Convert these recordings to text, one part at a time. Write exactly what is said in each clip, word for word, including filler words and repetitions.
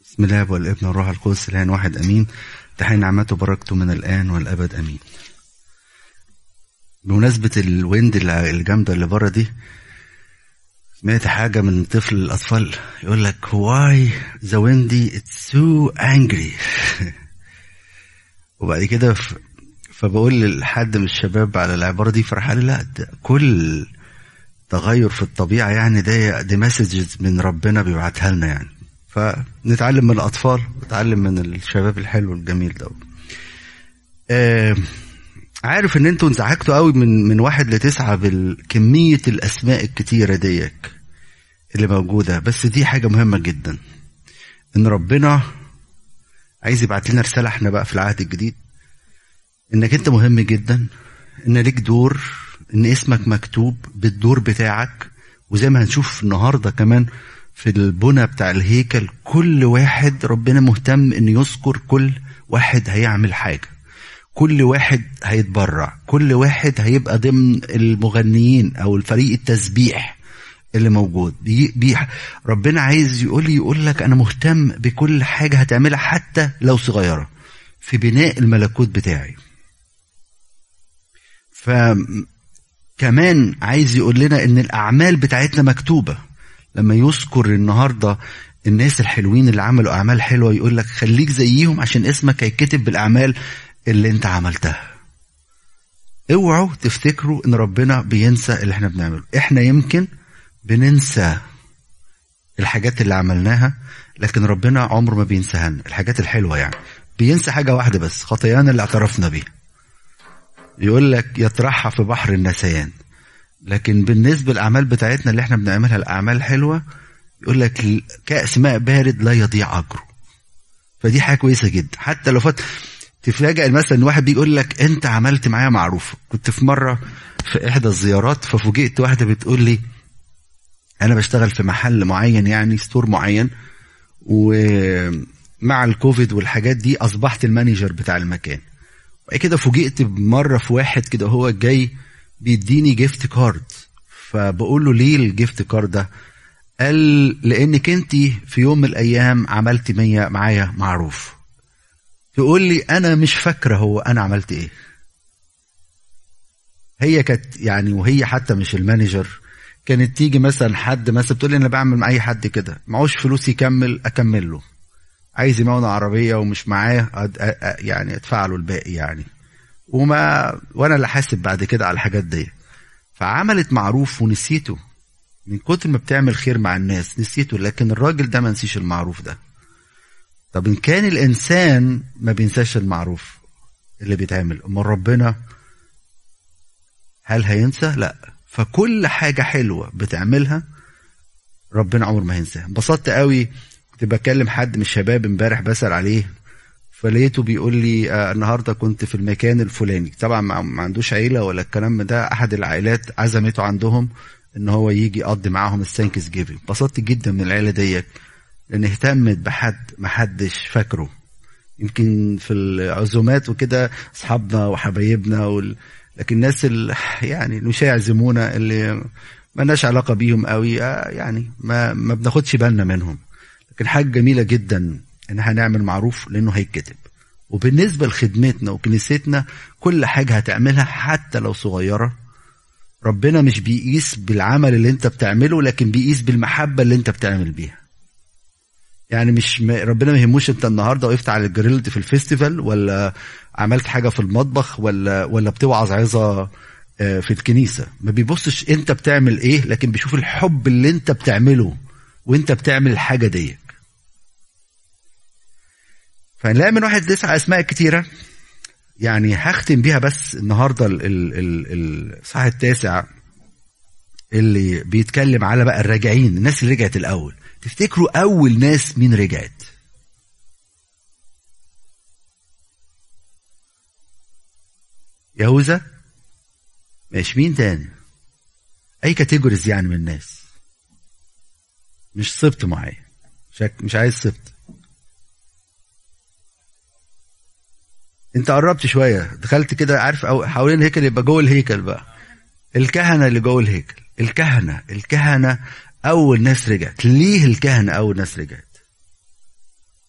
بسم الله والابن والروح القدس الآن واحد أمين. تحين نعمته وبركته من الآن والأبد أمين. بمناسبة الويند الجامدة اللي بره دي، سمعت حاجة من طفل الأطفال يقول لك why the windy it's so angry وبعد كده ف... فبقول لحد من الشباب على العبارة دي، فرح قال لا، كل تغير في الطبيعة يعني ده دي مسجز من ربنا بيبعتها لنا يعني. فنتعلم من الأطفال ونتعلم من الشباب الحلو الجميل ده. آه عارف ان انتوا انزعجتوا قوي من من واحد لتسعة بالكمية الاسماء الكتيرة ديك اللي موجودة، بس دي حاجة مهمة جدا، ان ربنا عايز يبعت لنا رسالة احنا بقى في العهد الجديد، انك انت مهم جدا، ان ليك دور، ان اسمك مكتوب بالدور بتاعك. وزي ما هنشوف النهاردة كمان في البنى بتاع الهيكل، كل واحد ربنا مهتم ان يذكر كل واحد هيعمل حاجة، كل واحد هيتبرع، كل واحد هيبقى ضمن المغنيين او الفريق التسبيح اللي موجود. بي بي ربنا عايز يقول يقول لك انا مهتم بكل حاجة هتعملها حتى لو صغيرة في بناء الملكوت بتاعي. فكمان عايز يقول لنا ان الاعمال بتاعتنا مكتوبة. لما يذكر النهاردة الناس الحلوين اللي عملوا اعمال حلوة، يقول لك خليك زيهم عشان اسمك هيتكتب بالاعمال اللي انت عملتها. اوعوا تفتكروا ان ربنا بينسى اللي احنا بنعمله. احنا يمكن بننسى الحاجات اللي عملناها، لكن ربنا عمره ما بينساها لنا الحاجات الحلوة. يعني بينسى حاجة واحدة بس، خطايانا اللي اعترفنا بيها. يقول لك يطرحها في بحر النسيان. لكن بالنسبة للأعمال بتاعتنا اللي احنا بنعملها الأعمال الحلوة، يقول لك كأس ماء بارد لا يضيع أجره. فدي حاجة كويسة جدا. حتى لو فات تفاجئ مثلا واحد بيقول لك انت عملت معايا معروف. كنت في مرة في احدى الزيارات، ففوجئت واحدة بتقول لي انا بشتغل في محل معين، يعني ستور معين، ومع الكوفيد والحاجات دي اصبحت المانيجر بتاع المكان. وبعد كده فوجئت بمرة في واحد كده هو جاي بيديني جيفت كارد، فبقول له ليه الجيفت كارد ده؟ قال لانك انت في يوم من الايام عملت معايا معروف. تقول لي انا مش فاكره هو انا عملت ايه. هي كانت يعني، وهي حتى مش المانيجر، كانت تيجي مثلا حد مثلا بتقول لي انا بعمل مع اي حد كده، معوش فلوس يكمل اكمل له، عايز يمون عربيه ومش معاه يعني ادفع له الباقي يعني، وما وانا اللي حاسب بعد كده على الحاجات دي. فعملت معروف ونسيته من كتر ما بتعمل خير مع الناس، نسيته. لكن الراجل ده ما نسيش المعروف ده. طب إن كان الإنسان ما بينساش المعروف اللي بيتعمل، أما ربنا هل هينسى؟ لا. فكل حاجة حلوة بتعملها ربنا عمر ما هينساها. انبسطت قوي، كنت بكلم حد من الشباب امبارح بسأل عليه، فلقيته بيقول لي آه النهاردة كنت في المكان الفلاني. طبعا ما عندوش عيلة ولا الكلام ده، أحد العائلات عزمته عندهم إن هو يجي يقضي معاهم الثانكس جيفنج. انبسطت جدا من العيلة ديت، لأن اهتمت بحد ما حدش فاكره. يمكن في العزومات وكده أصحابنا وحبايبنا وال... لكن الناس اللي يعني مش هيعزمونا اللي ما لناش علاقة بيهم قوي، يعني ما, ما بناخدش بالنا منهم. لكن حاجة جميلة جدا إن هنعمل معروف لأنه هيتكتب. وبالنسبة لخدمتنا وكنيستنا، كل حاجة هتعملها حتى لو صغيرة، ربنا مش بيقيس بالعمل اللي انت بتعمله، لكن بيقيس بالمحبة اللي انت بتعمل بيها. يعني مش م... ربنا ما يهموش انت النهارده وقفت على الجريلد في الفيستيفال، ولا عملت حاجه في المطبخ، ولا ولا بتوعظ عظه في الكنيسه. ما بيبصش انت بتعمل ايه، لكن بيشوف الحب اللي انت بتعمله وانت بتعمل الحاجه ديك. فنلاقي من واحد لتسعة اسماء كتيره، يعني هختم بيها بس النهارده الصح التاسع اللي بيتكلم على بقى الراجعين، الناس اللي رجعت الاول. تفتكروا أول ناس مين رجعت؟ يهوذا؟ ماشي، مين تاني؟ أي كاتيجوريز يعني من الناس، مش سبط معايا، شك مش عايز سبط. انت قربت شوية، دخلت كده عارف حوالين الهيكل، يبقى جوه الهيكل بقى. الكهنة اللي جوه الهيكل، الكهنة الكهنة أول ناس رجعت. ليه الكهنة أول ناس رجعت؟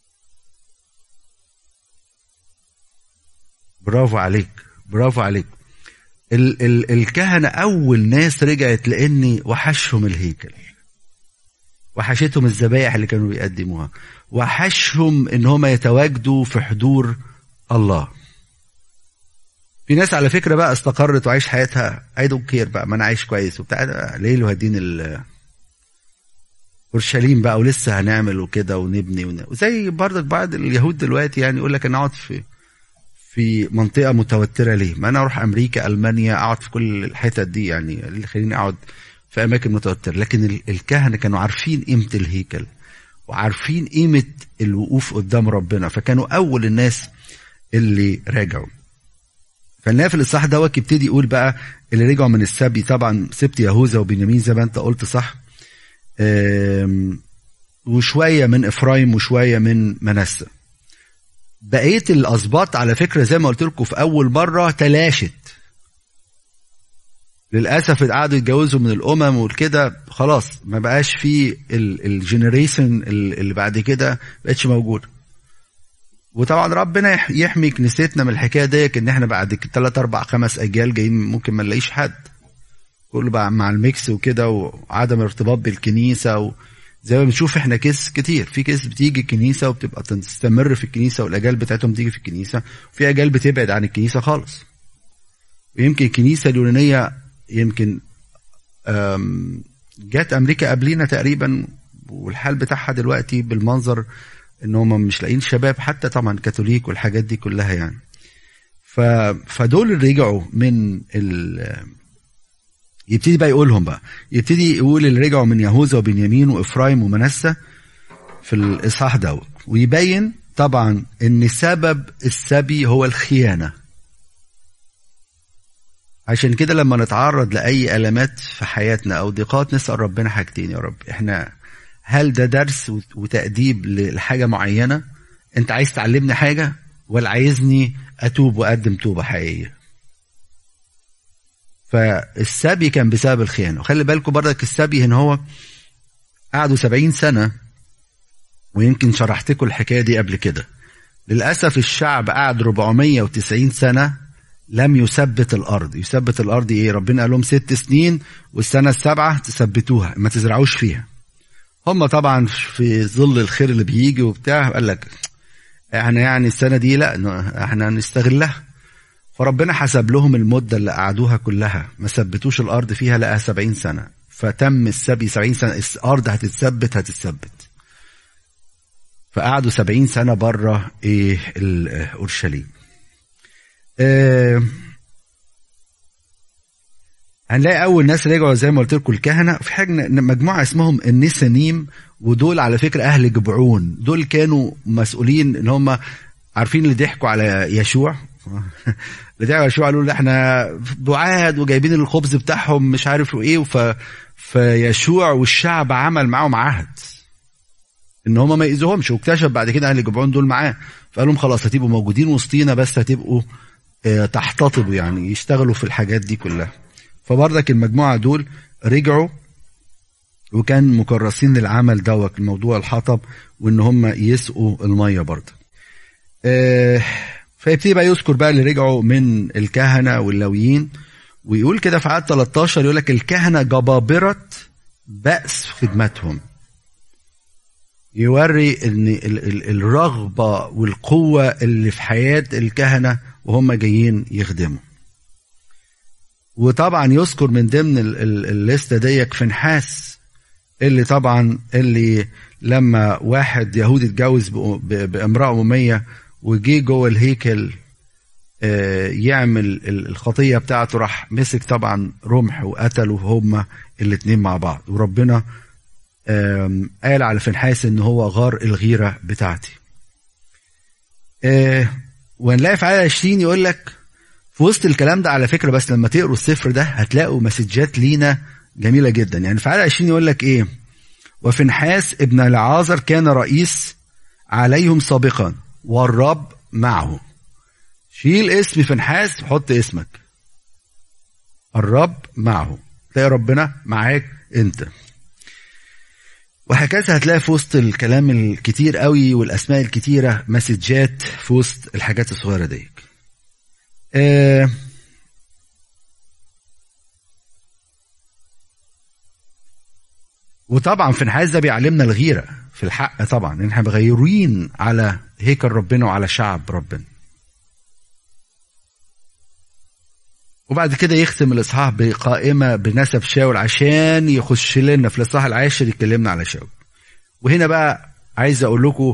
برافو عليك برافو عليك. ال ال الكهنة أول ناس رجعت لأني وحشهم الهيكل، وحشتهم الذبائح اللي كانوا بيقدموها، وحشهم إن هم يتواجدوا في حضور الله. في ناس على فكرة بقى استقرت وعيش حياتها I don't care بقى، ما أنا عايش كويس وبتاع، ليل وهدين ال اورشليم بقى ولسه هنعمل وكده ونبني ون... وزي برضك بعض اليهود دلوقتي يعني يقول لك انا اقعد في في منطقه متوتره ليه؟ ما انا اروح امريكا المانيا اقعد في كل الحتت دي، يعني اللي خليني اقعد في اماكن متوتره. لكن الكهنه كانوا عارفين قيمه الهيكل وعارفين قيمه الوقوف قدام ربنا، فكانوا اول الناس اللي راجعوا. فالناس في الاصحاح دوت يبتدي يقول بقى اللي رجعوا من السبي، طبعا سبت يهوذا وبنيامين زي ما انت قلت صح، وشوية من إفرايم وشوية من منسى. بقية الأسباط على فكرة زي ما قلت لكم في أول مرة تلاشت للأسف، قعدوا يتجوزوا من الأمم والكده، خلاص ما بقاش في الجنريشن اللي بعد كده بقتش موجود. وطبعا ربنا يحمي كنيستنا من الحكاية ديك، ان احنا بعد ثلاث اربع خمس اجيال جايين ممكن ما نلاقيش حد، كله بقى مع الميكس وكده وعدم ارتباط بالكنيسة. وزي ما بنشوف احنا كيس كتير، في كيس بتيجي الكنيسة وبتبقى تستمر في الكنيسة والاجيال بتاعتهم تيجي في الكنيسة، وفي اجيال بتبعد عن الكنيسة خالص. ويمكن الكنيسة اليونانية يمكن جات امريكا قبلينا تقريبا، والحال بتاعها دلوقتي بالمنظر ان هم مش لاقيين شباب حتى، طبعا كاثوليك والحاجات دي كلها يعني. فدول اللي رجعوا من ال يبتدي بقى يقولهم بقى، يبتدي يقول اللي رجعوا من يهوذا وبنيامين وإفرايم ومنسى في الإصحاح دوت، ويبين طبعا ان سبب السبي هو الخيانة. عشان كده لما نتعرض لأي ألمات في حياتنا أو ضيقات نسأل ربنا حاجتين، يا رب احنا هل ده درس وتأديب لحاجة معينة؟ انت عايز تعلمني حاجة ولا عايزني أتوب وأقدم توبة حقيقية؟ فالسبي كان بسبب الخيانة. وخلي بالكم برضك السبي هنا هو قعدوا سبعين سنة، ويمكن شرحتكم الحكاية دي قبل كده. للأسف الشعب قعد ربعمية وتسعين سنة لم يثبت الأرض. يثبت الأرض إيه؟ ربنا قال لهم ست سنين والسنة السبعة تثبتوها ما تزرعوش فيها. هم طبعا في ظل الخير اللي بيجي وبتاع قال لك احنا يعني السنة دي لا احنا نستغلها، فربنا حسب لهم المدة اللي قعدوها كلها ما ثبتوش الأرض فيها، لقاها سبعين سنة، فتم السبي سبعين سنة. الأرض هتتثبت هتتثبت فقعدوا سبعين سنة بره ايه اورشليم. اه هنلاقي اول ناس رجعوا زي ما قلت لكم الكهنه، في حاجه مجموعه اسمهم النسانيم، ودول على فكره اهل جبعون. دول كانوا مسؤولين ان هم عارفين اللي ضحكوا على يشوع اللي ضحكوا على يشوع قالوا له احنا بعاد وجايبين الخبز بتاعهم مش عارف ايه، ف فيشوع والشعب عمل معاهم عهد ان هم ما يأذوهمش، واكتشف بعد كده اهل جبعون دول معاه، فقال لهم خلاص هتبقوا موجودين وسطينا بس هتبقوا اه تحتطبوا يعني يشتغلوا في الحاجات دي كلها. فبرضك المجموعة دول رجعوا وكان مكرسين للعمل دوت الموضوع الحطب وان هم يسقوا المية برضه. اه فيبتدي بقى يذكر بقى اللي رجعوا من الكهنة واللويين، ويقول كده في عدد ثلاثة عشر يقول لك الكهنة جبابرة بأس في خدمتهم. يوري ان الرغبة والقوة اللي في حياة الكهنة وهم جايين يخدموا. وطبعا يذكر من ضمن الليسته ديك فنحاس، اللي طبعا اللي لما واحد يهودي اتجوز بامرأة أممية وجي جوه الهيكل يعمل الخطية بتاعته، راح مسك طبعا رمح وقتلوا هما الاتنين مع بعض، وربنا قال على فنحاس ان هو غار الغيرة بتاعتي. ونلاقي في عدد عشرين يقول لك في وسط الكلام ده على فكرة، بس لما تقروا السفر ده هتلاقوا مسجات لينا جميلة جدا. يعني في عدد عشرين يقول لك ايه؟ وفنحاس ابن العازر كان رئيس عليهم سابقا والرب معه. شيل اسم فنحاس وحط اسمك، الرب معه، تلاقي ربنا معاك انت. وهكذا هتلاقي في وسط الكلام الكتير قوي والاسماء الكتيرة مسجات في وسط الحاجات الصغيرة ديك. آه وطبعا في الحاجة ده بيعلمنا الغيرة في الحق طبعا، ان احنا مغيرين على هيكل ربنا وعلى شعب ربنا. وبعد كده يختم الاصحاح بقائمة بنسب شاول عشان يخش لنا في الاصحاح العاشر يكلمنا على شاول. وهنا بقى عايز اقول لكم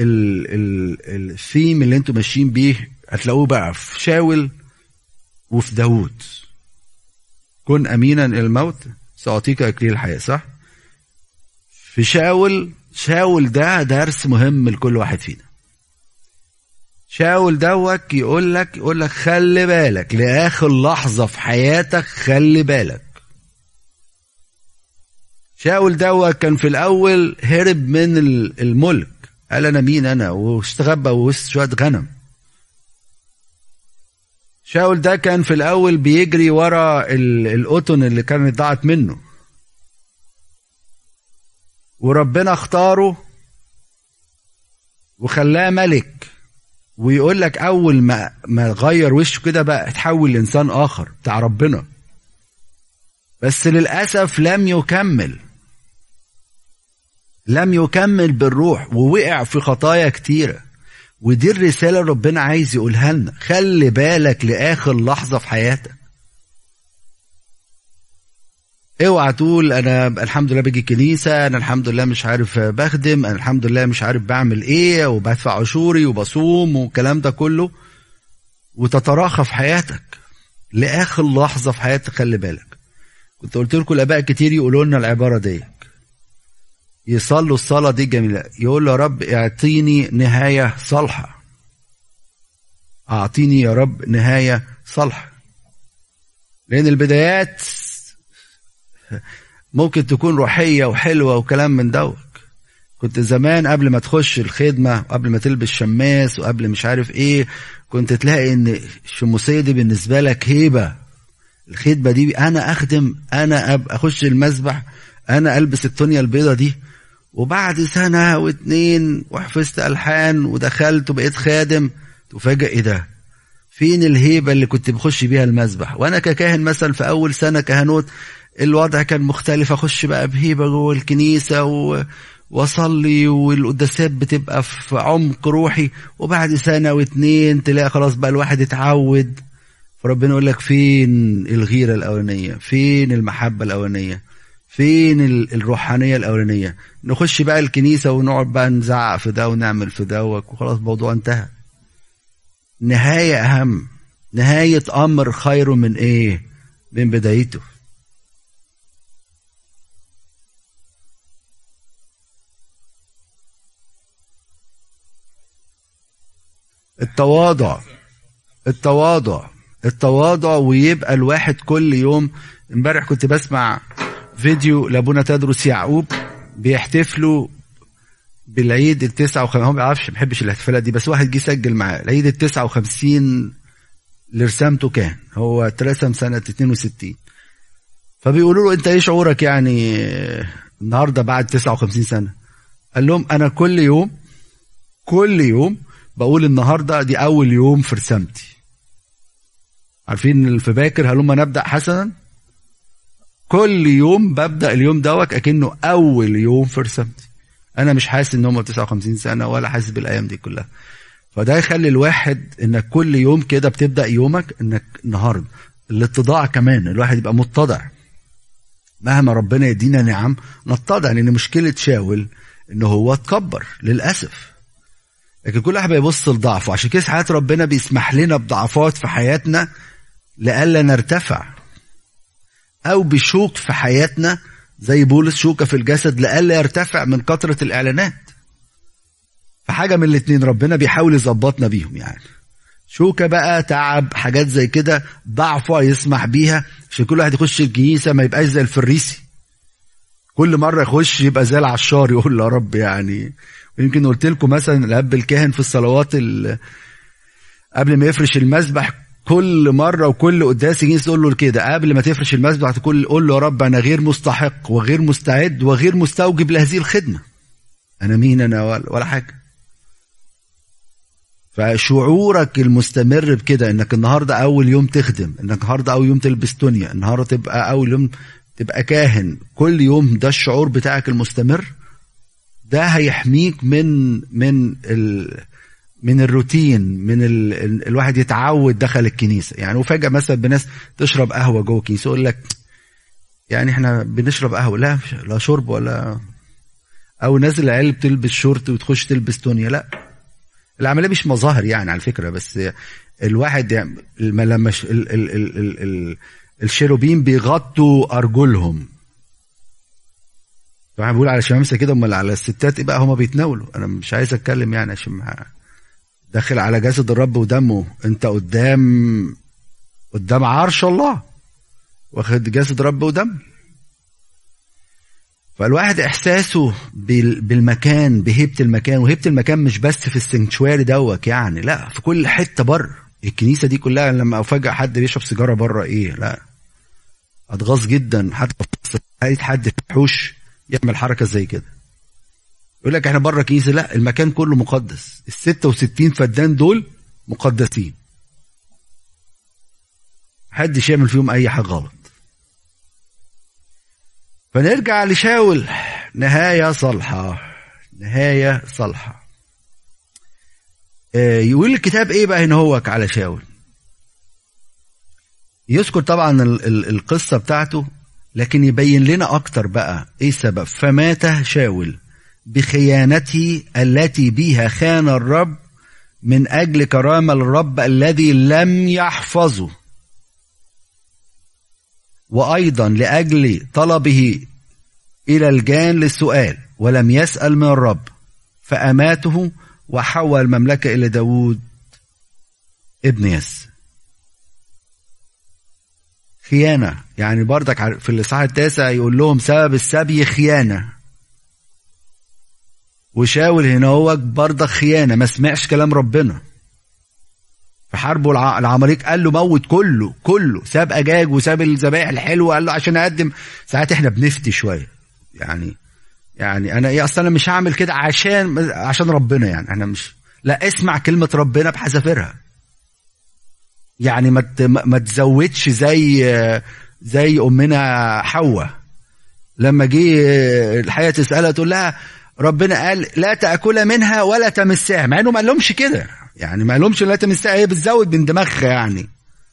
الثيم اللي انتم ماشيين بيه هتلاقوه بقى في شاول وفي داود. كن امينا الى الموت ساعطيك اكليل الحياة، صح؟ في شاول شاول ده درس مهم لكل واحد فينا. شاول دوك يقول لك يقول لك خلي بالك لاخر لحظة في حياتك، خلي بالك. شاول دوك كان في الاول هرب من الملك، قال انا مين انا، واستغبى ووسط شوية غنم. شاول ده كان في الاول بيجري ورا القطن اللي كانت ضاعت منه، وربنا اختاره وخلاه ملك. ويقول لك اول ما ما غير وشه كده بقى اتحول لانسان اخر بتاع ربنا، بس للاسف لم يكمل لم يكمل بالروح ووقع في خطايا كتيره. ودي الرساله اللي ربنا عايز يقولها لنا، خلي بالك لاخر لحظه في حياتك. اوعى تقول انا الحمد لله باجي كنيسه، انا الحمد لله مش عارف بخدم، انا الحمد لله مش عارف بعمل ايه وبدفع عشوري وبصوم والكلام ده كله، وتتراخى في حياتك لاخر لحظه في حياتك. خلي بالك، كنت قلت لكم الاباء كتير يقولوا لنا العباره دي، يصلوا الصلاه دي جميله، يقول يا رب اعطيني نهايه صالحه، اعطيني يا رب نهايه صالحه. لان البدايات ممكن تكون روحية وحلوة وكلام من دوك. كنت زمان قبل ما تخش الخدمة وقبل ما تلبس شماس وقبل مش عارف ايه، كنت تلاقي ان الشموسية دي بالنسبة لك هيبة. الخدمة دي انا اخدم، انا ابقى اخش المسبح، انا البس التونية البيضة دي. وبعد سنة واتنين وحفظت ألحان ودخلت وبقيت خادم، تفاجئ ايه ده، فين الهيبة اللي كنت بخش بيها المسبح؟ وانا ككاهن مثلا في اول سنة كهنوت الوضع كان مختلف، اخش بقى بهيبه جوه الكنيسه و... واصلي والقداسات بتبقى في عمق روحي. وبعد سنه واتنين تلاقي خلاص بقى الواحد اتعود. فربنا يقول لك فين الغيره الاولانيه، فين المحبه الاولانيه، فين الروحانيه الاولانيه؟ نخش بقى الكنيسه ونقعد بقى نزعق في ده ونعمل في ده وخلاص الموضوع انتهى. نهايه اهم، نهايه امر خير من ايه؟ من بدايته. التواضع التواضع التواضع ويبقى الواحد كل يوم. امبارح كنت بسمع فيديو لابونا تدرس يعقوب بيحتفلوا بالعيد التسعة وخمسين، هو ما بيعرفش ما بيحبش الاحتفالات دي، بس واحد جه سجل معاه العيد التسعة وخمسين اللي رسمته، كان هو اترسم سنة اتنين وستين. فبيقولوا له انت ايه شعورك يعني النهارده بعد تسعة وخمسين سنة؟ قال لهم انا كل يوم كل يوم بقول النهاردة دي أول يوم في رسامتي. عارفين في باكر هلما نبدأ حسنا، كل يوم ببدأ اليوم دوك أكنه أول يوم في رسامتي. أنا مش حاسس إن هم تسعة وخمسين سنة ولا حاسس بالأيام دي كلها. فده يخلي الواحد إنك كل يوم كده بتبدأ يومك إنك النهاردة. الاتضاع كمان، الواحد يبقى متضع مهما ربنا يدينا نعم نتضع. لأن مشكلة شاول إنه هو اتكبر للأسف، لكن كل واحد بيبص لضعفه. عشان كده ساعات ربنا بيسمح لنا بضعفات في حياتنا لألا نرتفع، أو بشوك في حياتنا زي بولس شوكة في الجسد لألا يرتفع من كثرة الإعلانات. فحاجة من الاتنين ربنا بيحاول يظبطنا بيهم، يعني شوكة بقى تعب حاجات زي كده ضعفه يسمح بيها عشان كل واحد يخش الكنيسة ما يبقاش زي الفريسي كل مرة يخش يبقى زي العشار يقول له يا رب يعني. ويمكن قلت لكم مثلا الأب الكاهن في الصلوات قبل ما يفرش المسبح كل مرة وكل قداس يجي يقول له كده قبل ما تفرش المسبح تقول قول له يا رب أنا غير مستحق وغير مستعد وغير مستوجب لهذه الخدمة. أنا مين أنا ولا حاجة. فشعورك المستمر بكده انك النهارده اول يوم تخدم، انك النهارده اول يوم تلبس تونيا، النهارده تبقى اول يوم تبقى كاهن كل يوم، ده الشعور بتاعك المستمر، ده هيحميك من من ال من الروتين، من ال ال الواحد يتعود دخل الكنيسه يعني. وفجاه مثلا بناس تشرب قهوه جوه الكنيسه يقول لك يعني احنا بنشرب قهوه، لا لا شرب ولا، او نازل العيال بتلبس شورت وتخش تلبس تونيا، لا العمليه مش مظاهر يعني على فكره. بس الواحد يعني لما ال ال ال ال ال الشيروبين بيغطوا ارجلهم، طبعا بقول على شمامسه كده، امال على الستات ايه بقى؟ هما بيتناولوا. انا مش عايز اتكلم يعني عشان داخل على جسد الرب ودمه، انت قدام قدام عرش الله واخد جسد رب ودم. فالواحد احساسه بالمكان، بهيبه المكان، وهيبه المكان مش بس في السنكشواري دوت يعني، لا في كل حته بره الكنيسه دي كلها. لما افاجئ حد بيشرب سيجاره بره ايه، لا اتغاظ جدا. حتى لقيت حد في الحوش يعمل حركه زي كده يقول لك احنا بره كنيسه، لا المكان كله مقدس، ال ستة وستين فدان دول مقدسين، محدش يعمل فيهم اي حاجه غلط. فنرجع لشاول، نهايه صالحه، نهايه صالحه. آه يقول الكتاب ايه بقى هنا هوك على شاول؟ يذكر طبعا ال ال القصه بتاعته، لكن يبين لنا اكتر بقى ايه السبب. فمات شاول بخيانته التي بها خان الرب من أجل كرامة الرب الذي لم يحفظه، وأيضا لأجل طلبه إلى الجان للسؤال ولم يسأل من الرب، فأماته وحول المملكة إلى داود ابن يس. خيانة يعني بردك في الإصحاح التاسع يقول لهم سبب السبي خيانة، وشاول هنا هو برضه خيانة، ما سمعش كلام ربنا. في حربه العماليق قال له موت كله كله، ساب أجاج وساب الذبائح الحلوة، قال له عشان أقدم. ساعات احنا بنفتي شوية يعني، يعني أنا إيه أصلا مش هعمل كده عشان عشان ربنا يعني، أنا مش، لا اسمع كلمة ربنا بحذافيرها يعني، ما ما تزودش زي زي أمنا حواء لما جه الحياة تسألها تقول لها ربنا قال لا تأكل منها ولا تمسها، مع انه ما قالهمش كده يعني، ما قالهمش لا تمسها، هي بتزود من دماغها يعني.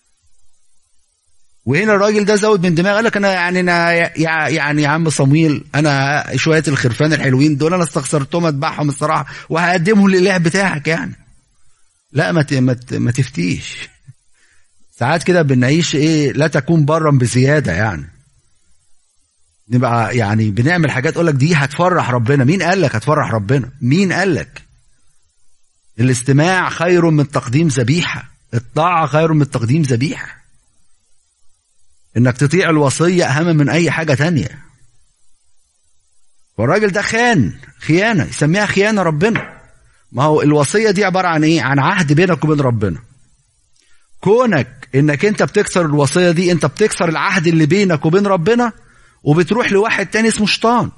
وهنا الراجل ده زود من دماغه، قال لك انا يعني انا يعني يا عم صمويل، انا شويه الخرفان الحلوين دول انا استخسرتهم اذبحهم الصراحه وهقدمهم للاله بتاعك يعني. لا ما ما تفتيش. ساعات كده بنعيش ايه، لا تكون برا بزياده يعني، نبقى يعني بنعمل حاجات اقول لك دي هتفرح ربنا. مين قال لك هتفرح ربنا؟ مين قال لك؟ الاستماع خير من تقديم ذبيحه، الطاعه خير من تقديم ذبيحه، انك تطيع الوصيه اهم من اي حاجه تانية. والراجل ده خان، خيانه، يسميها خيانه ربنا. ما هو الوصيه دي عباره عن ايه؟ عن عهد بينك وبين ربنا. كونك انك انت بتكسر الوصيه دي، انت بتكسر العهد اللي بينك وبين ربنا، وبتروح لواحد تاني اسمه شيطان،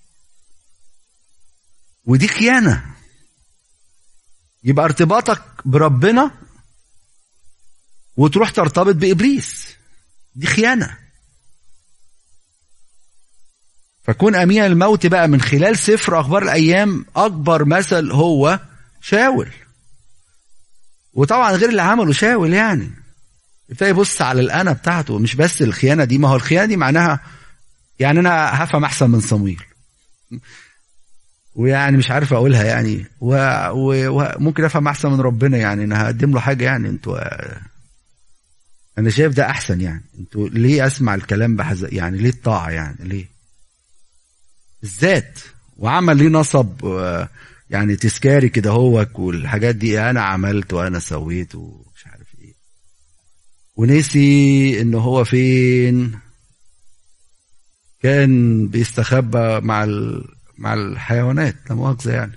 ودي خيانة. يبقى ارتباطك بربنا وتروح ترتبط بإبليس، دي خيانة. فكون أمين الموت بقى من خلال سفر أخبار الأيام أكبر مثل هو شاول. وطبعا غير اللي عمله شاول يعني، ابتدى يبص على الأنا بتاعته، مش بس الخيانة دي. ما هو الخيانة دي معناها يعني أنا هفهم أحسن من صمويل، ويعني مش عارف أقولها يعني، وممكن أفهم أحسن من ربنا يعني، أنا هقدم له حاجة يعني. أنتوا أنا شايف ده أحسن يعني، أنتوا ليه أسمع الكلام بحز يعني؟ ليه الطاعة يعني؟ ليه الذات؟ وعمل ليه نصب يعني تذكاري كده هوك والحاجات دي، أنا عملت وأنا سويت ومش عارف إيه، ونسي إنه هو فين كان بيستخبى مع مع الحيوانات، لا مؤاخذة يعني.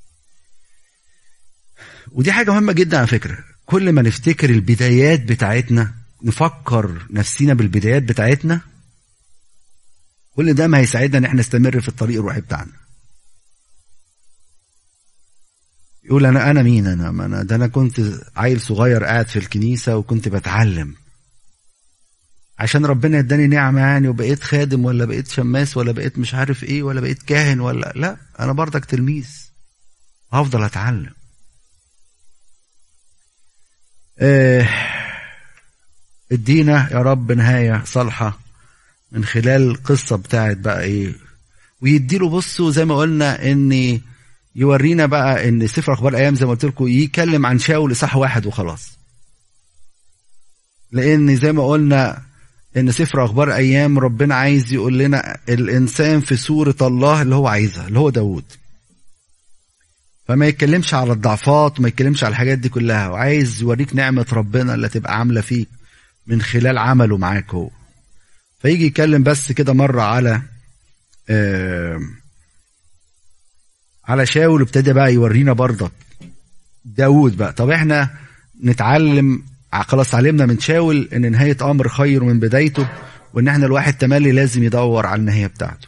ودي حاجة مهمة جدا على فكرة. كل ما نفتكر البدايات بتاعتنا، نفكر نفسينا بالبدايات بتاعتنا، كل ده ما هيساعدنا ان احنا نستمر في الطريق الروحي بتاعنا. يقول انا انا مين انا ما انا ده انا كنت عيل صغير قاعد في الكنيسة وكنت بتعلم عشان ربنا اداني نعمة يعني، وبقيت خادم ولا بقيت شماس ولا بقيت مش عارف ايه ولا بقيت كاهن ولا لا، انا برضك تلميذ هفضل اتعلم. اه ادينا يا رب نهاية صالحة من خلال القصة بتاعت بقى ايه، ويديله بصوا زي ما قلنا ان يورينا بقى ان سفر اخبار الايام زي ما قلت لكم يتكلم عن شاول اصحاح واحد وخلاص، لان زي ما قلنا ان سفر اخبار ايام ربنا عايز يقول لنا الانسان في صورة الله اللي هو عايزها اللي هو داود، فما يتكلمش على الضعفات وما يتكلمش على الحاجات دي كلها، وعايز يوريك نعمة ربنا اللي تبقى عاملة فيك من خلال عمله معاك هو. فيجي يتكلم بس كده مرة على آه على شاول، وابتدى بقى يورينا برضك داود بقى. طب احنا نتعلم خلاص، علمنا من شاول ان نهاية امر خير من بدايته، وان احنا الواحد تملي لازم يدور على النهاية بتاعته.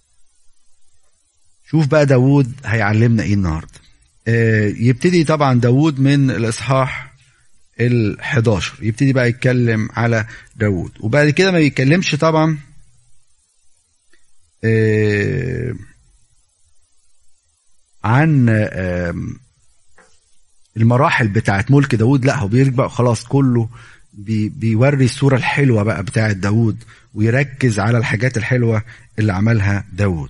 شوف بقى داود هيعلمنا ايه النهاردة. آه يبتدي طبعا داود من الاصحاح الحداشر، يبتدي بقى يتكلم على داود، وبعد كده ما يتكلمش طبعا آه عن آه المراحل بتاعت ملك داود، لا هو بيرجع خلاص كله بي بيوري الصورة الحلوة بقى بتاعت داود، ويركز على الحاجات الحلوة اللي عملها داود.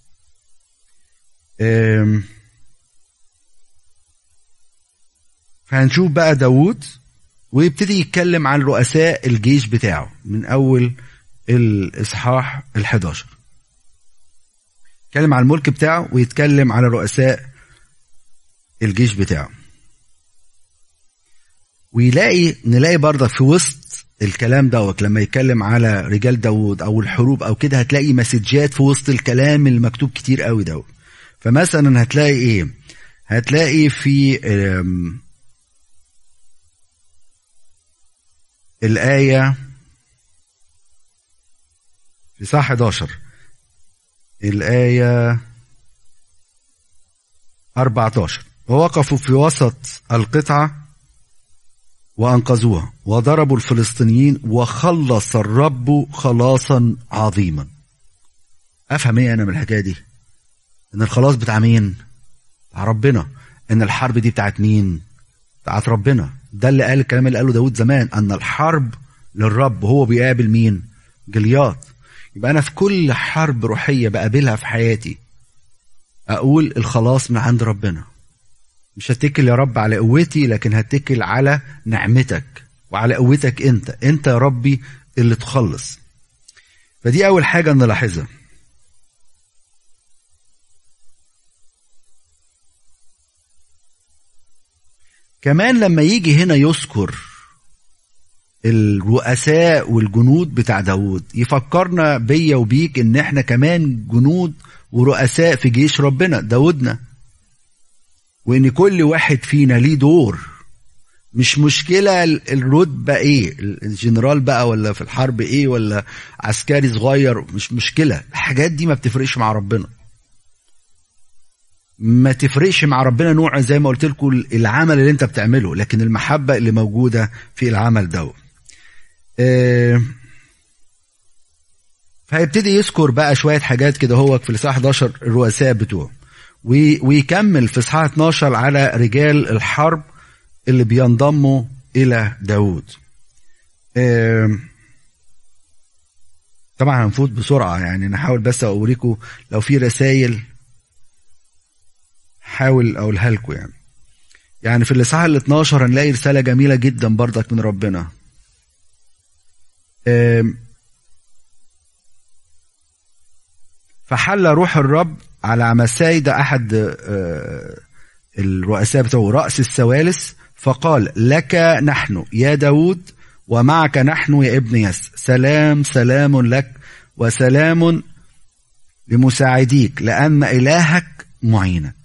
فهنشوف بقى داود، ويبتدي يتكلم عن رؤساء الجيش بتاعه من أول الإصحاح الحداشر، يتكلم عن الملك بتاعه ويتكلم على رؤساء الجيش بتاعه. ويلاقي نلاقي برضه في وسط الكلام دوت لما يتكلم على رجال داود او الحروب او كده، هتلاقي مسجات في وسط الكلام المكتوب كتير قوي دوت. فمثلا هتلاقي ايه، هتلاقي في الآية في صح حداشر الآية أربعة عشر، ووقفوا في وسط القطعة وأنقذوها وضربوا الفلسطينيين وخلص الرب خلاصا عظيما. أفهم إيه أنا من الحكاية دي؟ إن الخلاص بتاع مين؟ بتاع ربنا. إن الحرب دي بتاعت مين؟ بتاعت ربنا. ده اللي قال الكلام اللي قاله داود زمان، أن الحرب للرب. هو بيقابل مين؟ جليات. يبقى أنا في كل حرب روحية بقابلها في حياتي أقول الخلاص من عند ربنا. مش هتكل يا رب على قوتي، لكن هتكل على نعمتك وعلى قوتك انت انت يا ربي اللي تخلص. فدي اول حاجة نلاحظها. كمان لما يجي هنا يذكر الرؤساء والجنود بتاع داود، يفكرنا بيا وبيك ان احنا كمان جنود ورؤساء في جيش ربنا داودنا، وان كل واحد فينا ليه دور. مش مشكلة الرتبة ايه، الجنرال بقى ولا في الحرب ايه ولا عسكري صغير، مش مشكلة. الحاجات دي ما بتفرقش مع ربنا، ما تفرقش مع ربنا نوع زي ما قلت لكم العمل اللي انت بتعمله، لكن المحبة اللي موجودة في العمل ده. اه فهيبتدي يذكر بقى شوية حاجات كده هو في الإصحاح حداشر الرؤساء بتوعه، ويكمل في إصحاح اتناشر على رجال الحرب اللي بينضموا إلى داود. اه طبعا هنفوت بسرعة، يعني نحاول بس أوريكم لو في رسائل حاول أقولها لكم. يعني يعني في الإصحاح الاتناشر هنلاقي رسالة جميلة جدا برضك من ربنا. اه فحل روح الرب على عمساي، ده أحد اه الرؤساء بتوعه رأس الثوالث، فقال لك نحن يا داود ومعك نحن يا ابن يس، سلام سلام لك وسلام لمساعديك لأن إلهك معينك.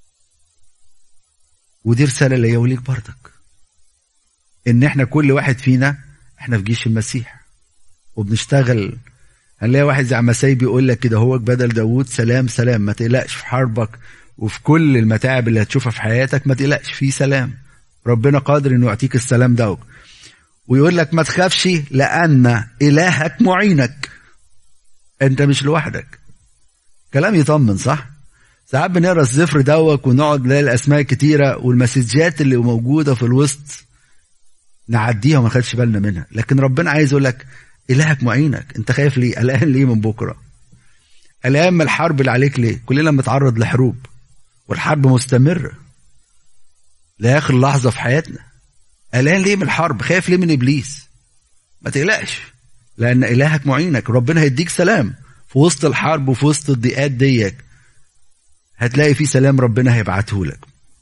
ودي رسالة ليا وليك برضك، إن إحنا كل واحد فينا إحنا في جيش المسيح وبنشتغل. هنلاقي واحد زي عمساي بيقول لك كده هو بدل داود سلام سلام، ما تقلقش في حربك وفي كل المتاعب اللي هتشوفها في حياتك ما تقلقش، في سلام. ربنا قادر انه يعطيك السلام ده. ويقول لك ما تخافش لان الهك معينك، انت مش لوحدك. كلام يطمن، صح؟ ساعات بنقرا السفر دوت ونقعد نلاقي الاسماء كتيره والمسجات اللي موجوده في الوسط نعديها وما خدش بالنا منها، لكن ربنا عايز يقول لك الهك معينك. انت خايف ليه؟ قلقان ليه من بكره؟ قلقان من الحرب اللي عليك ليه؟ كلنا بنتعرض لحروب والحرب مستمره لاخر لحظه في حياتنا. قلقان ليه من الحرب؟ خايف ليه من ابليس؟ ما تقلقش، لان الهك معينك. ربنا هيديك سلام في وسط الحرب وفي وسط الضيقات ديك، هتلاقي في سلام ربنا هيبعته لك.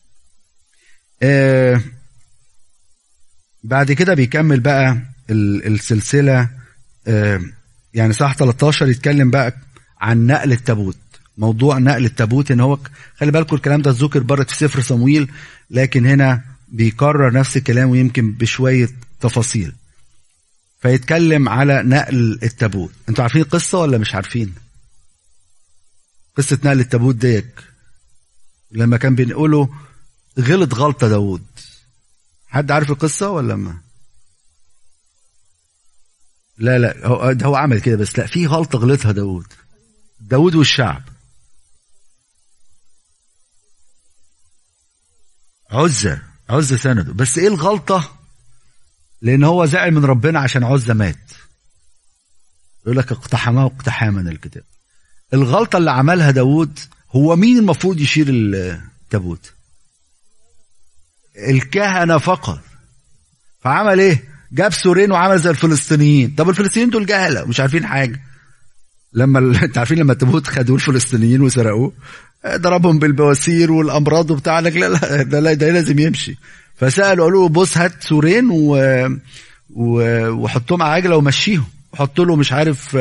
آه بعد كده بيكمل بقى السلسله. آه يعني صح ثلاثة عشر يتكلم بقى عن نقل التابوت. موضوع نقل التابوت ان هو، خلي بالكم الكلام ده ذكر برضه في سفر صمويل، لكن هنا بيكرر نفس الكلام ويمكن بشويه تفاصيل. فيتكلم على نقل التابوت. انتوا عارفين القصه ولا مش عارفين؟ قصه نقل التابوت ديك لما كان بينقله غلط غلطه داود. حد عارف القصه ولا ما؟ لا لا هو, هو عمل كده، بس لا، في غلطه غلطها داود داود والشعب. عزة عزة سنده، بس ايه الغلطه؟ لان هو زعل من ربنا عشان عزة مات. يقول لك اقتحمه اقتحاما الكتاب. الغلطه اللي عملها داود، هو مين المفروض يشيل التابوت؟ الكهنه فقط. فعمل ايه؟ جاب سورين وعمل زي الفلسطينيين. طب الفلسطينيين دول جهله مش عارفين حاجه. لما انت عارفين لما التابوت خدوه الفلسطينيين وسرقوه، ضربهم بالبواسير والامراض وبتاع. لك لا لا ده, لا ده لازم يمشي. فسالوا قالوا بص هات سورين و... و... وحطهم على عجله ومشيهم، وحط له مش عارف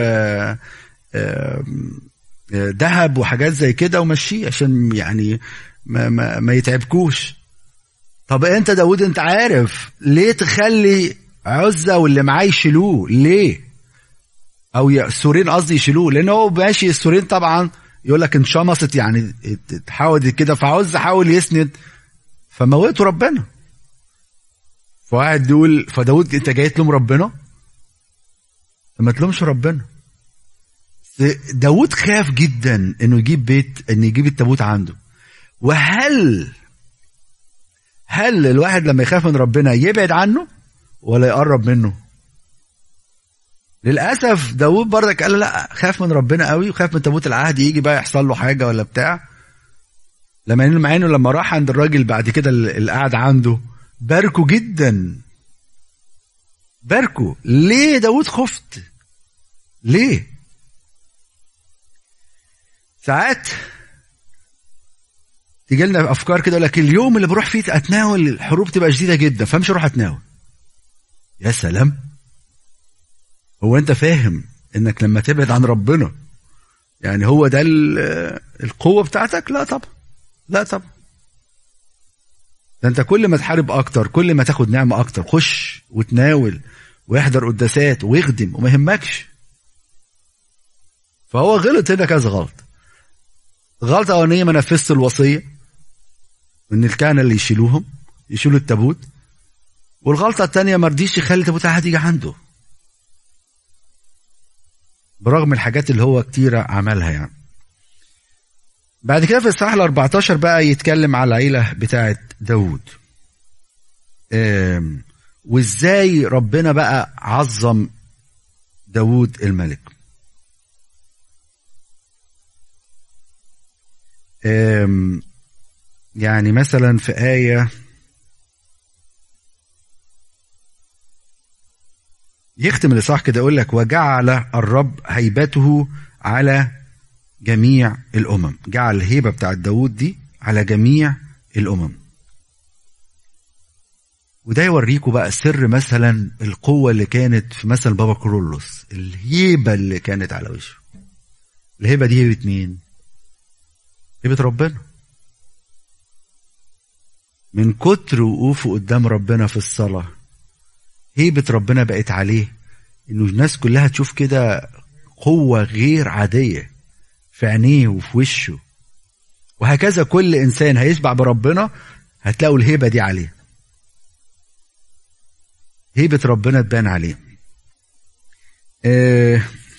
ذهب وحاجات زي كده ومشيه عشان يعني ما, ما, ما يتعبكوش. طب انت داود انت عارف ليه تخلي عزة واللي معاه يشيلوه؟ ليه؟ او السورين قصدي يشيلوه، لان هو ماشي السورين طبعا يقول لك انشمصت يعني اتحاول كده، فعزة حاول يسند فموته ربنا. فواحد يقول فداود انت جاي تلوم ربنا؟ ما تلومش ربنا. داود خاف جدا انه يجيب بيت، انه يجيب التابوت عنده. وهل هل الواحد لما يخاف من ربنا يبعد عنه ولا يقرب منه؟ للأسف داود برضك قال لا، خاف من ربنا قوي وخاف من تابوت العهد يجي بقى يحصل له حاجة ولا بتاع. لما مع انه لما راح عند الراجل بعد كده اللي قاعد عنده باركوا جدا، باركوا. ليه داود خفت؟ ليه؟ ساعات تيجي لنا افكار كده يقول لك اليوم اللي بروح فيه اتناول الحروب تبقى شديده جدا فمش هروح اتناول. يا سلام، هو انت فاهم انك لما تبعد عن ربنا يعني هو ده القوه بتاعتك؟ لا طبعا، لا طبعا. ده انت كل ما تحارب اكتر كل ما تاخد نعمه اكتر. خش وتناول ويحضر قداسات ويخدم وما يهمكش. فهو غلط هنا كذا غلط. غلطه اولانيه ما نفذش الوصيه ان الكهنه اللي يشيلوهم يشيلوا التابوت. والغلطه الثانيه ما رضيش يخلي التابوت عادي يجي عنده برغم الحاجات اللي هو كتيره عملها يعني. بعد كده في الصحاح الأربعتاشر بقى يتكلم على العيله بتاعه داود وازاي ربنا بقى عظم داود الملك. يعني مثلا في آية يختم الإصحاح كده يقول لك وجعل الرب هيبته على جميع الأمم. جعل الهيبة بتاعت داود دي على جميع الأمم. وده يوريكم بقى سر مثلا القوة اللي كانت في مثل بابا كرولوس، الهيبة اللي كانت على وشه. الهيبة دي هيبة مين؟ هيبة ربنا. من كتر وقوفه قدام ربنا في الصلاة هيبة ربنا بقت عليه، انه الناس كلها تشوف كده قوة غير عادية في عينيه وفي وشه. وهكذا كل انسان هيشبع بربنا هتلاقوا الهيبة دي عليه، هيبة ربنا تبان عليه. آه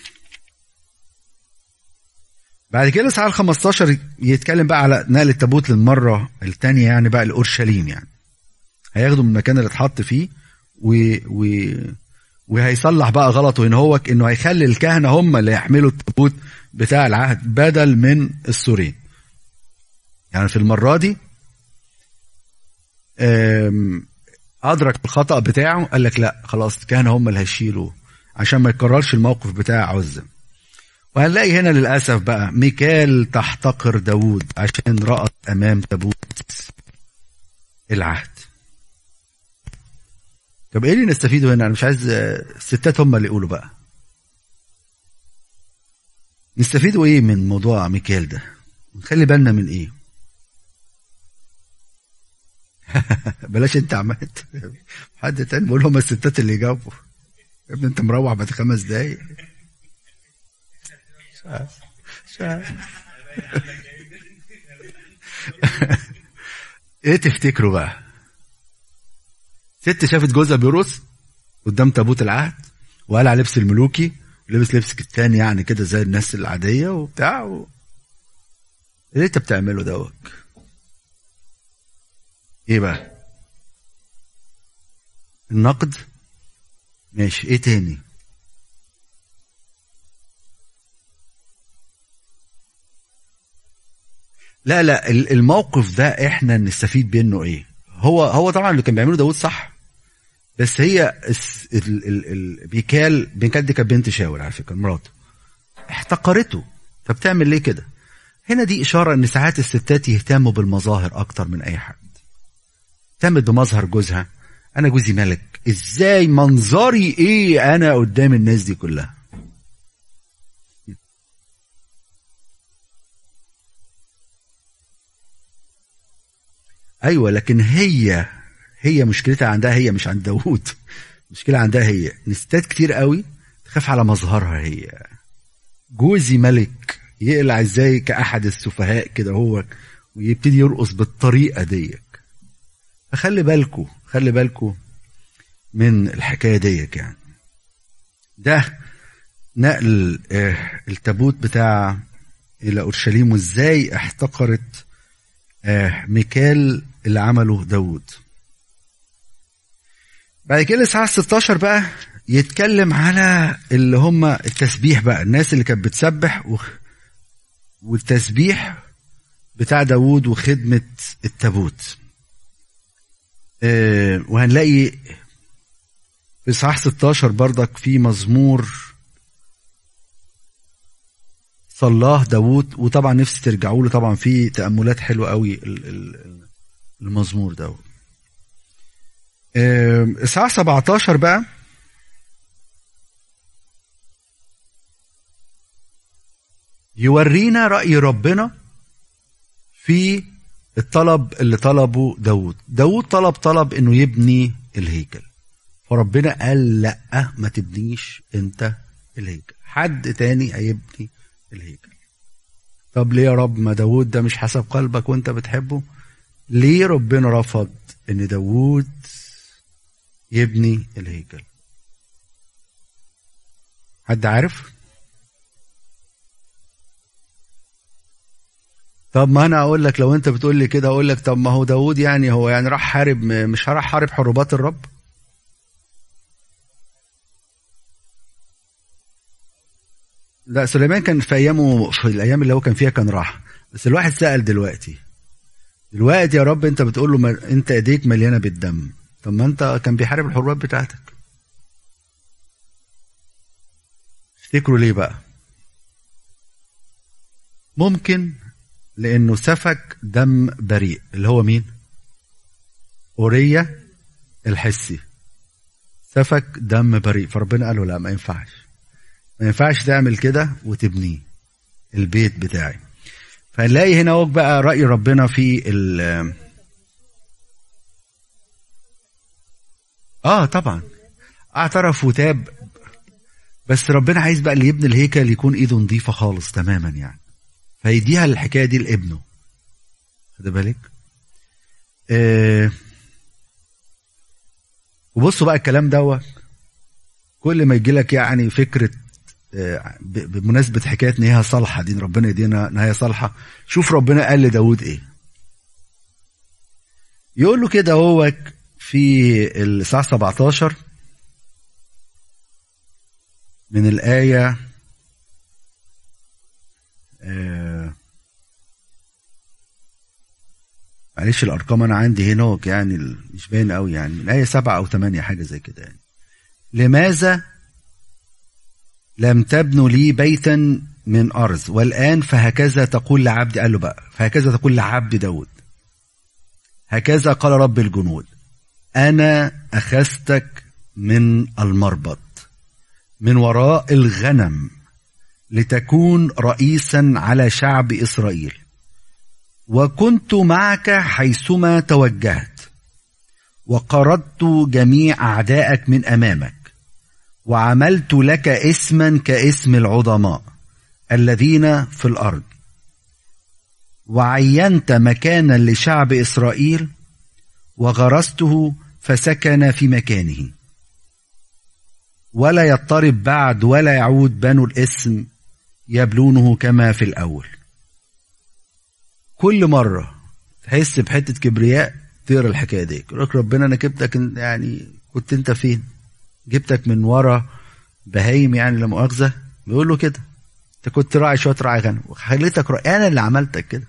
بعد كده الإصحاح الخمستاشر يتكلم بقى على نقل التابوت للمرة الثانية، يعني بقى لأورشليم، يعني هياخدوا من المكان اللي اتحط فيه و... و... وهيصلح بقى غلطه هنا، هو انه هيخلي الكهنة هم اللي يحملوا التابوت بتاع العهد بدل من السوريين. يعني في المرة دي أدرك الخطأ بتاعه، قال لك لا خلاص الكهنة هم اللي هيشيلوا عشان ما يكررش الموقف بتاع عزة. وهنلاقي هنا للأسف بقى ميكال تحتقر داود عشان رأت أمام تابوت العهد. طب ايه اللي نستفيده هنا؟ انا مش عايز الستات هم اللي يقولوا بقى. نستفيدوا ايه من موضوع ميكال ده؟ نخلي بالنا من ايه؟ بلاش انت عملت حد تاني بقول هم الستات اللي جاوبوا. يا ابني انت مروح بعد خمس دقايق. ايه تفتكروا بقى؟ ست شافت جوزها بيرقص قدام تابوت العهد وقلع لبس الملوكي ولبس لبس كتاني يعني كده زي الناس العادية وبتاع و... ايه انت بتعمله دوك؟ ايه بقى؟ النقد ماشي، ايه تاني؟ لا لا الموقف ده احنا نستفيد منه ايه؟ هو هو طبعا اللي كان بيعمله داود صح، بس هي بيكال بيكال دي كانت بنت شاول على فكره مراته، احتقرته. فبتعمل ليه كده؟ هنا دي اشاره ان ساعات الستات يهتموا بالمظاهر اكتر من اي حد. اهتمت بمظهر جوزها، انا جوزي ملك، ازاي منظري ايه انا قدام الناس دي كلها. ايوه لكن هي هي مشكلتها عندها هي مش عند داود، مشكلة عندها هي. نستات كتير قوي تخاف على مظهرها هي. جوزي ملك يقلع ازاي كأحد السفهاء كده هو ويبتدي يرقص بالطريقة ديك. فخلي بالكو خلي بالكو من الحكاية ديك. يعني ده نقل اه التابوت بتاع الى اورشليم وازاي احتقرت اه ميكال اللي عمله داود. بعد كده الإصحاح ستاشر بقى يتكلم على اللي هم التسبيح بقى، الناس اللي كانت بتسبح و... والتسبيح بتاع داود وخدمة التابوت. اه وهنلاقي في إصحاح ستاشر برضك في مزمور صلاه داود، وطبعا نفسي ترجعوا له، طبعا في تأملات حلوة قوي المزمور داود. إصحاح سبعتاشر بقى يورينا رأي ربنا في الطلب اللي طلبه داود. داود طلب طلب انه يبني الهيكل، فربنا قال لا ما تبنيش انت الهيكل، حد تاني هيبني الهيكل. طب ليه يا رب؟ ما داود ده مش حسب قلبك وانت بتحبه. ليه ربنا رفض ان داود يبني الهيكل؟ حد عارف؟ طب ما انا اقول لك، لو انت بتقول لي كده اقول لك طب ما هو داود يعني هو يعني راح حارب، مش راح حارب حروبات الرب؟ لا سليمان كان في ايامه، في الايام اللي هو كان فيها كان راح. بس الواحد سأل دلوقتي دلوقتي يا رب انت بتقول له ما انت ايديك مليانه بالدم، طب ما انت كان بيحارب الحروبات بتاعتك. افتكروا ليه بقى؟ ممكن لانه سفك دم بريء اللي هو مين؟ أورية الحسي، سفك دم بريء، فربنا قال له لا ما ينفعش ما ينفعش تعمل كده وتبنيه البيت بتاعي. فنلاقي هنا هو بقى رأي ربنا في ال اه طبعا اعترف وتاب، بس ربنا عايز بقى اللي يبني الهيكل يكون ايده نظيفة خالص تماما يعني، فيديها الحكاية دي لابنه خد بالك. آه وبصوا بقى الكلام دوت كل ما يجي لك يعني فكره آه بمناسبه حكايه نهايه صالحه دي، ربنا يدينا نهايه صالحه. شوف ربنا قال لداود ايه، يقول له كده هو في الإصحاح سبعتاشر من الآية آه معلش الأرقام أنا عندي هنا يعني مش باين قوي، يعني من الآية سبعة أو ثمانية حاجة زي كده يعني. لماذا لم تبنوا لي بيتا من أرض والآن فهكذا تقول لعبد، قال له بقى فهكذا تقول لعبد داود، هكذا قال رب الجنود أنا أخذتك من المربط من وراء الغنم لتكون رئيسا على شعب إسرائيل، وكنت معك حيثما توجهت، وقردت جميع أعدائك من أمامك، وعملت لك اسما كاسم العظماء الذين في الأرض، وعينت مكانا لشعب إسرائيل وغرسته فسكن في مكانه، ولا يضطرب بعد ولا يعود بنو الاسم يبلونه كما في الأول. كل مرة تحس بحتة كبرياء تقرأ الحكاية دي، يقول لك ربنا أنا جبتك، يعني كنت أنت فين؟ جبتك من ورا بهايم يعني لا مؤاخذة، بيقول له كده أنت كنت راعي شوية راعي غنم وخليتك راعي، أنا اللي عملتك كده.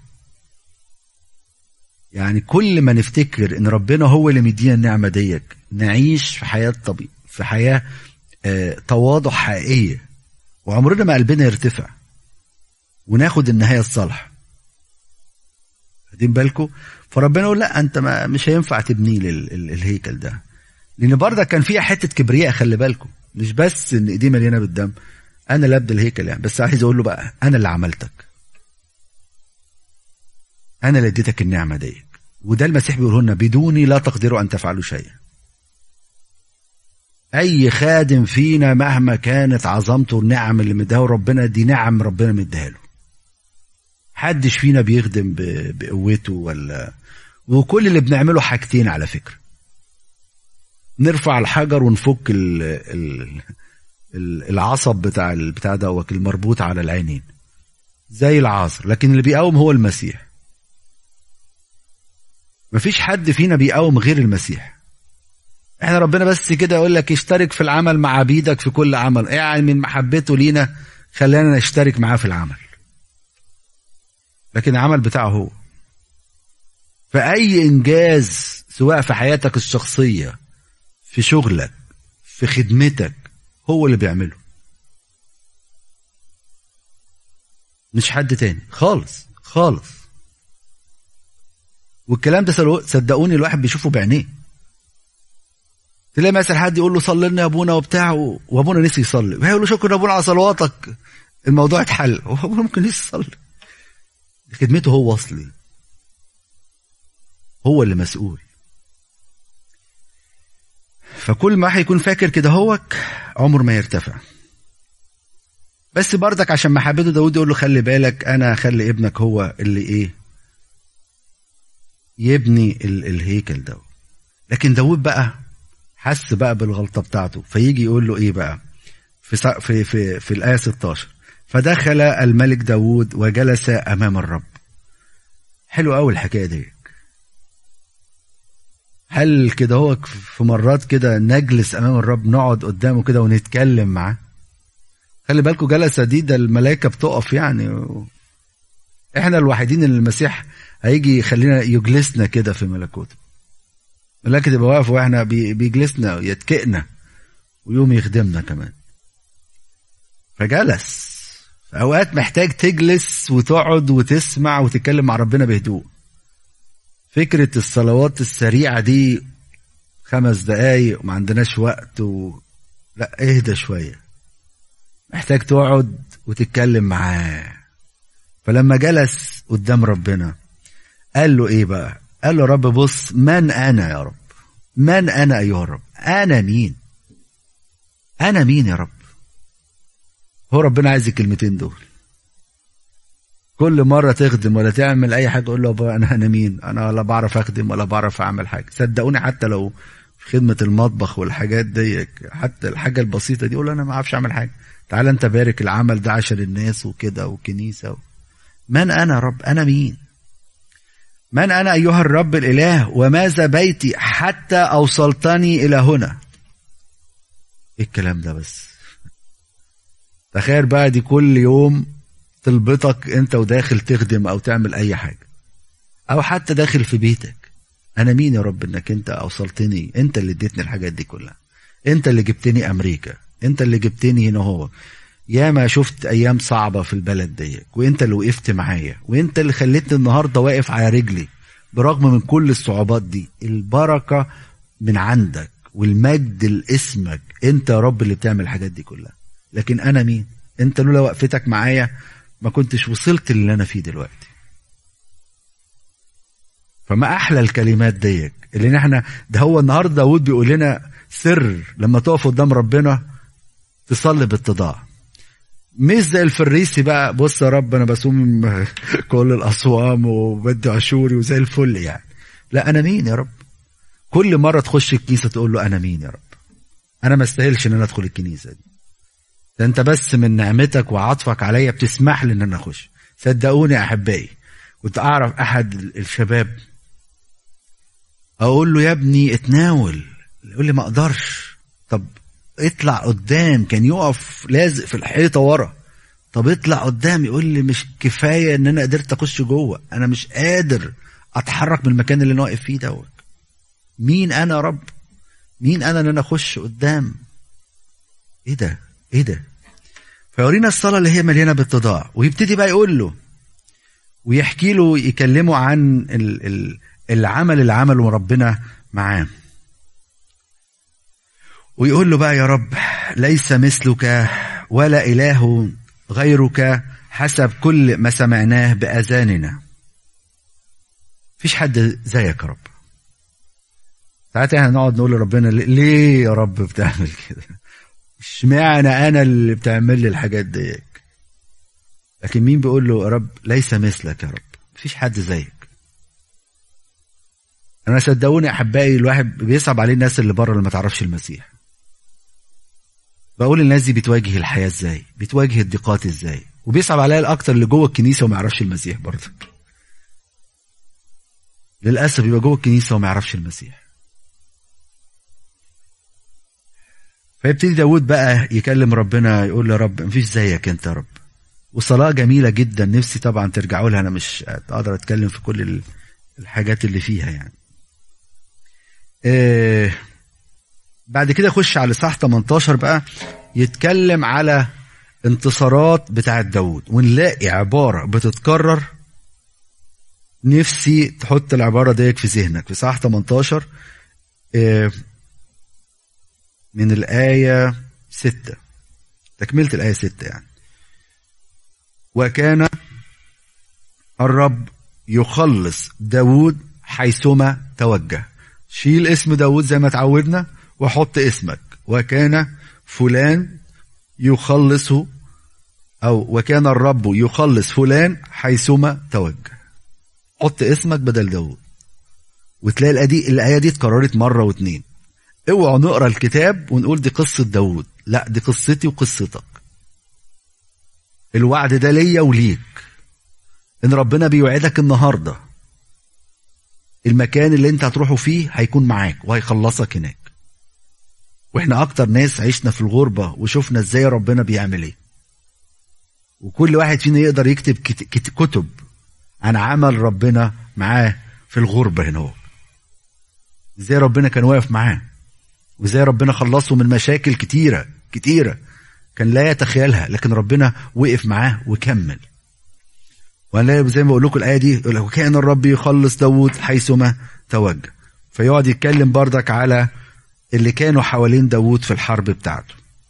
يعني كل ما نفتكر ان ربنا هو اللي مدينا النعمه ديك نعيش في حياه طبيعيه، في حياه آه تواضع حقيقيه، وعمرنا ما قلبنا يرتفع وناخد النهايه الصالحه. واخدين بالكم؟ فربنا يقول لا انت ما مش هينفع تبني الهيكل ده، لان برضه كان فيها حته كبرياء. خلي بالكم مش بس ان ايديه مليانه بالدم، انا اللي ابدا الهيكل يعني، بس عايز اقول له بقى انا اللي عملتك، أنا اللي اديتك النعمة دي. وده المسيح بيقوله لنا بدوني لا تقدروا أن تفعلوا شيئا. أي خادم فينا مهما كانت عظمته النعم اللي مديها ربنا، دي نعم ربنا مديها له. حدش فينا بيخدم بقوته ولا، وكل اللي بنعمله حاجتين على فكرة، نرفع الحجر ونفك ال ال العصب بتاع بتاع دوت المربوط على العينين زي العصر، لكن اللي بيقاوم هو المسيح. مفيش حد فينا بيقاوم غير المسيح. احنا ربنا بس كده يقول لك اشترك في العمل مع عبيدك في كل عمل، يعني من محبته لينا خلانا نشترك معاه في العمل، لكن العمل بتاعه هو. فأي إنجاز سواء في حياتك الشخصية، في شغلك، في خدمتك، هو اللي بيعمله، مش حد تاني خالص خالص. والكلام ده صدقوني الواحد بيشوفه بعينيه. تلاقي مثلا حد يقول له صلي لنا يا ابونا وبتاع، وابونا نسي يصلي، وهيقول له شكرا يا ابونا على صلواتك الموضوع اتحل، وابونا ممكن نسي يصلي. خدمته هو اصلي، هو اللي مسؤول. فكل ما هيكون فاكر كده هوك عمر ما يرتفع. بس بردك عشان محبته داود يقول له خلي بالك انا خلي ابنك هو اللي ايه يبني ال الهيكل ده. لكن داود بقى حس بقى بالغلطة بتاعته، فيجي يقول له ايه بقى في في في, في الآية ستاشر، فدخل الملك داود وجلس امام الرب. حلو قوي الحكاية دي. هل كده هو في مرات كده نجلس امام الرب، نقعد قدامه كده ونتكلم معاه؟ خلي بالكم جلسة دي ده الملائكة بتقف يعني، احنا الوحيدين اللي المسيح هيجي يخلينا يجلسنا كده في ملكوته. ملائكة تبقى واقفة واحنا بيجلسنا ويتكئنا ويوم يخدمنا كمان. فجلس. في اوقات محتاج تجلس وتقعد وتسمع وتتكلم مع ربنا بهدوء. فكرة الصلوات السريعة دي خمس دقايق وما عندناش وقت و... لا اهدى شوية، محتاج تقعد وتتكلم معاه. فلما جلس قدام ربنا قال له ايه بقى؟ قال له رب بص، من انا يا رب؟ من انا ايها الرب؟ انا مين؟ انا مين يا رب؟ هو ربنا عايز الكلمتين دول. كل مرة تخدم ولا تعمل اي حاجة اقول له انا انا مين، انا ولا بعرف اخدم ولا بعرف اعمل حاجة. صدقوني حتى لو في خدمة المطبخ والحاجات دي، حتى الحاجة البسيطة دي اقول انا ما اعرفش اعمل حاجة، تعال انت بارك العمل ده عشان الناس وكده وكنيسة و... من انا رب؟ انا مين؟ من انا ايها الرب الاله؟ وماذا بيتي حتى اوصلتني الى هنا؟ ايه الكلام ده بس؟ تخيل بقى دي كل يوم تلبطك انت وداخل تخدم او تعمل اي حاجة، او حتى داخل في بيتك. انا مين يا رب انك انت اوصلتني؟ انت اللي اديتني الحاجات دي كلها، انت اللي جبتني امريكا، انت اللي جبتني هنا. هو يا ما شفت ايام صعبة في البلد ديك، وانت اللي وقفت معايا، وانت اللي خليتني النهاردة واقف على رجلي برغم من كل الصعوبات دي. البركة من عندك والمجد لاسمك، انت يا رب اللي بتعمل الحاجات دي كلها. لكن انا مين؟ انت لولا وقفتك معايا ما كنتش وصلت اللي انا فيه دلوقتي. فما احلى الكلمات ديك اللي نحن ده. هو النهارده داود بيقول لنا سر لما تقف قدام ربنا تصلي باتضاع، مش زي الفريسي بقى بص يا رب انا بصوم كل الاصوام وبدي عشوري وزي الفل يعني. لا، انا مين يا رب؟ كل مره تخش الكنيسه تقول له انا مين يا رب؟ انا ما استاهلش ان انا ادخل الكنيسه دي، ده انت بس من نعمتك وعطفك عليا بتسمح لي ان انا اخش. صدقوني يا احبائي، كنت اعرف احد الشباب اقول له يا ابني اتناول، يقول لي ما اقدرش. طب اطلع قدام، كان يقف لازق في الحيطه ورا. طب اطلع قدام، يقول لي مش كفايه ان انا قدرت اخش جوه، انا مش قادر اتحرك من المكان اللي انا واقف فيه دوت. مين انا يا رب؟ مين انا ان انا اخش قدام؟ ايه ده ايه ده؟ فيورينا الصلاه اللي هي مليانه بالتضاع، ويبتدي بقى يقول له ويحكي له يكلمه عن ال ال العمل اللي عمله ربنا معاه، ويقول له بقى يا رب ليس مثلك ولا إله غيرك حسب كل ما سمعناه بأذاننا. فيش حد زيك يا رب. ساعتها احنا نقعد نقول لربنا ليه يا رب بتعمل كده؟ اشمعنى انا اللي بتعمل لي الحاجات ديك؟ لكن مين بيقول له يا رب ليس مثلك يا رب، مفيش حد زيك. انا صدقوني احبائي الواحد بيصعب عليه الناس اللي بره اللي ما تعرفش المسيح. بقول الناس دي بتواجه الحياة ازاي، بتواجه الضيقات ازاي، وبيصعب عليها الاكتر اللي جوه الكنيسة وما يعرفش المسيح برضه. للأسف يبقى جوه الكنيسة وما يعرفش المسيح. فيبتدي داود بقى يكلم ربنا يقول له رب مفيش زيك انت يا رب. وصلاة جميلة جدا، نفسي طبعا ترجعوا لها، انا مش اقدر اتكلم في كل الحاجات اللي فيها يعني. اه بعد كده خش على صح تمنتاشر بقى يتكلم على انتصارات بتاعة داود، ونلاقي عبارة بتتكرر. نفسي تحط العبارة ديك في ذهنك في صح تمنتاشر اه من الآية ستة، تكملة الآية ستة يعني. وكان الرب يخلص داود حيثما توجه. شيل اسم داود زي ما تعودنا وحط اسمك، وكان فلان يخلصه، أو وكان الرب يخلص فلان حيثما توجه. حط اسمك بدل داود، وتلاقي الآية دي الآية دي اتكررت مرة واتنين. اوعوا نقرأ الكتاب ونقول دي قصة داود، لا دي قصتي وقصتك. الوعد ده ليا وليك، ان ربنا بيوعدك النهاردة المكان اللي انت هتروحه فيه هيكون معاك وهيخلصك هناك. واحنا اكتر ناس عشنا في الغربة وشوفنا ازاي ربنا بيعمل ايه، وكل واحد فينا يقدر يكتب كتب عن عمل ربنا معاه في الغربة هنا، ازاي ربنا كان واقف معاه، وازاي ربنا خلصه من مشاكل كتيرة كتيرة كان لا يتخيلها، لكن ربنا وقف معاه وكمل. وانا زي ما بقول لكم الآية دي وكان الرب يخلص داود حيثما توجه. فيقعد يتكلم بردك على اللي كانوا حوالين داود في الحرب بتاعته.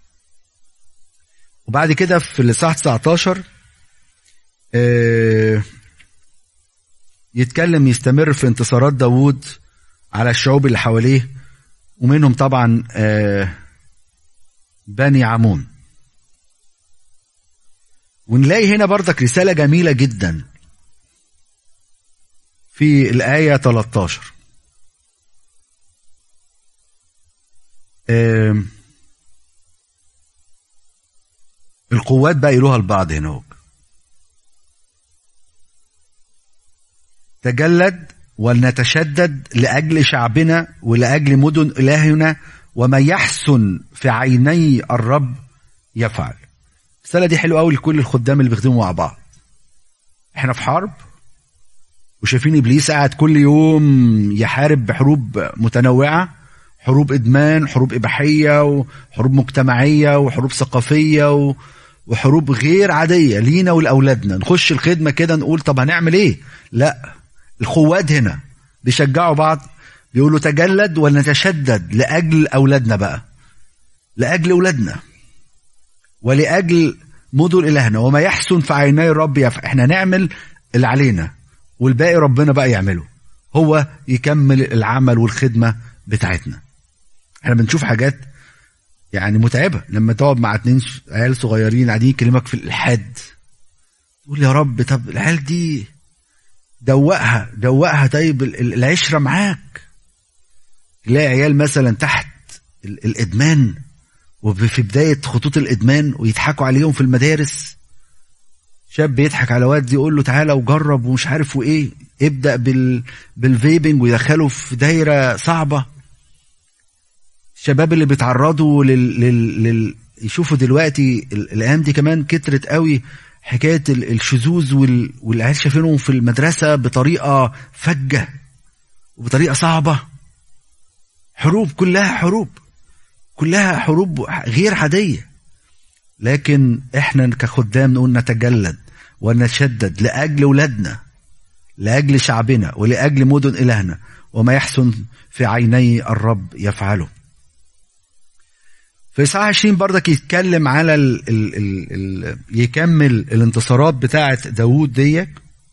وبعد كده في الإصحاح تسعتاشر اه يتكلم يستمر في انتصارات داود على الشعوب اللي حواليه، ومنهم طبعا اه بني عمون. ونلاقي هنا برضك رسالة جميلة جدا في الآية ثلاثة عشر. القوات بقى يلوها البعض هنا. تجلد ولنتشدد لأجل شعبنا ولأجل مدن إلهنا وما يحسن في عيني الرب يفعل. الرسالة دي حلوة قوي لكل الخدام اللي بيخدموا مع بعض. احنا في حرب وشايفين إبليس قاعد كل يوم يحارب بحروب متنوعة، حروب إدمان، حروب إباحية، وحروب مجتمعية، وحروب ثقافية، وحروب غير عادية لينا ولأولادنا. نخش الخدمة كده نقول طب هنعمل ايه؟ لا، القوات هنا بيشجعوا بعض، بيقولوا تجلد ولنتشدد لأجل أولادنا بقى، لأجل أولادنا ولأجل مدن إلهنا وما يحسن في عيني الرب يفعل. احنا نعمل اللي علينا والباقي ربنا بقى يعمله، هو يكمل العمل والخدمة بتاعتنا. احنا بنشوف حاجات يعني متعبة لما تقعد مع اتنين عيال صغيرين قاعدين يكلمك في الإلحاد، تقول يا رب طب العيال دي دوقها دوقها طيب العشرة معاك. تلاقي عيال مثلا تحت الإدمان وفي بداية خطوط الإدمان ويضحكوا عليهم في المدارس. شاب بيضحك على واد يقول له تعالى وجرب ومش عارف وايه، ابدأ بال بالفيبنج ويدخله في دايرة صعبة. الشباب اللي بيتعرضوا لل... لل... لل... يشوفوا دلوقتي الأيام دي كمان كترت قوي حكاية الشذوذ وال... والعيال شايفينهم في المدرسة بطريقة فجة وبطريقة صعبة. حروب، كلها حروب، كلها حروب غير عادية. لكن احنا كخدام نقول نتجلد ونشدد لأجل أولادنا، لأجل شعبنا ولأجل مدن إلهنا وما يحسن في عيني الرب يفعله. في إصحاح عشرين برضك يتكلم على ال ال ال ال يكمل الانتصارات بتاعة داود ديك.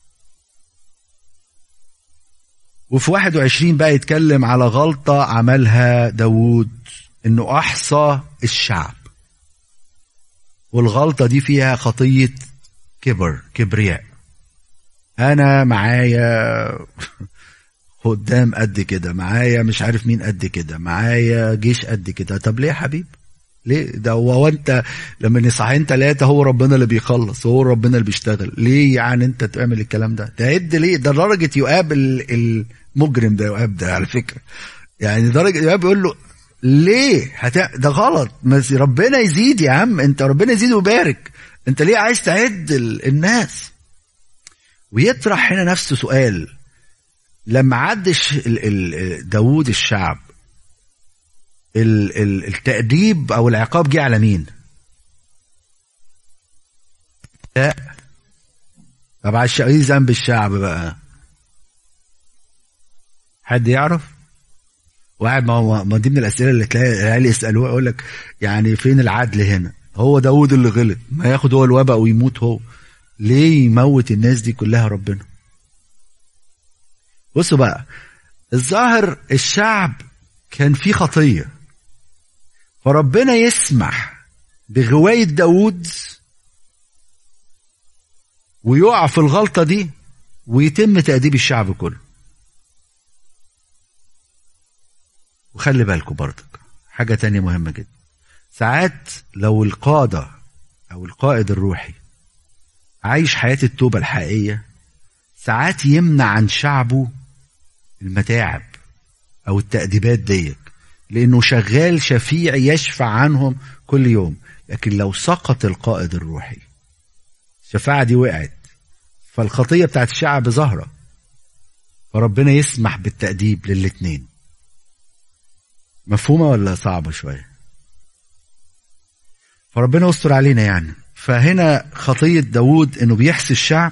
وفي واحد وعشرين بقى يتكلم على غلطة عملها داود، انه احصى الشعب، والغلطة دي فيها خطية كبر، كبرياء. انا معايا خدام قد كده، معايا مش عارف مين قد كده، معايا جيش قد كده. طب ليه يا حبيب؟ ليه؟ ده هو انت لما نصحين ثلاثة هو ربنا اللي بيخلص، هو ربنا اللي بيشتغل. ليه يعني انت تعمل الكلام ده؟ تعد ليه؟ ده درجة يؤاب المجرم ده، يؤاب ده على فكرة يعني درجة يؤاب بيقول له ليه هت... ده غلط، بس ربنا يزيد يا عم، انت ربنا يزيد ويبارك، انت ليه عايز تعد الناس؟ ويطرح هنا نفسه سؤال، لما عدش داود الشعب التأديب او العقاب جه على مين؟ لا، طب على ايه ذنب الشعب بقى؟ حد يعرف؟ واحد ما ما دي من الاسئله اللي تلاقي العيال يسالوها يقول لك يعني فين العدل هنا؟ هو داود اللي غلط، ما ياخد هو الوباء ويموت هو، ليه يموت الناس دي كلها ربنا؟ بصوا بقى، الظاهر الشعب كان فيه خطيه، فربنا يسمح بغواية داود ويقع في الغلطه دي ويتم تأديب الشعب كله. وخلي بالكم برضك حاجة تانية مهمة جدا، ساعات لو القادة أو القائد الروحي عايش حياة التوبة الحقيقية، ساعات يمنع عن شعبه المتاعب أو التأديبات ديك، لأنه شغال شفيع يشفع عنهم كل يوم. لكن لو سقط القائد الروحي، الشفاعة دي وقعت، فالخطية بتاعت الشعب ظاهرة، فربنا يسمح بالتأديب للاتنين. مفهومة ولا صعبة شوية؟ فربنا يستر علينا يعني. فهنا خطية داود انه بيحسي الشعب،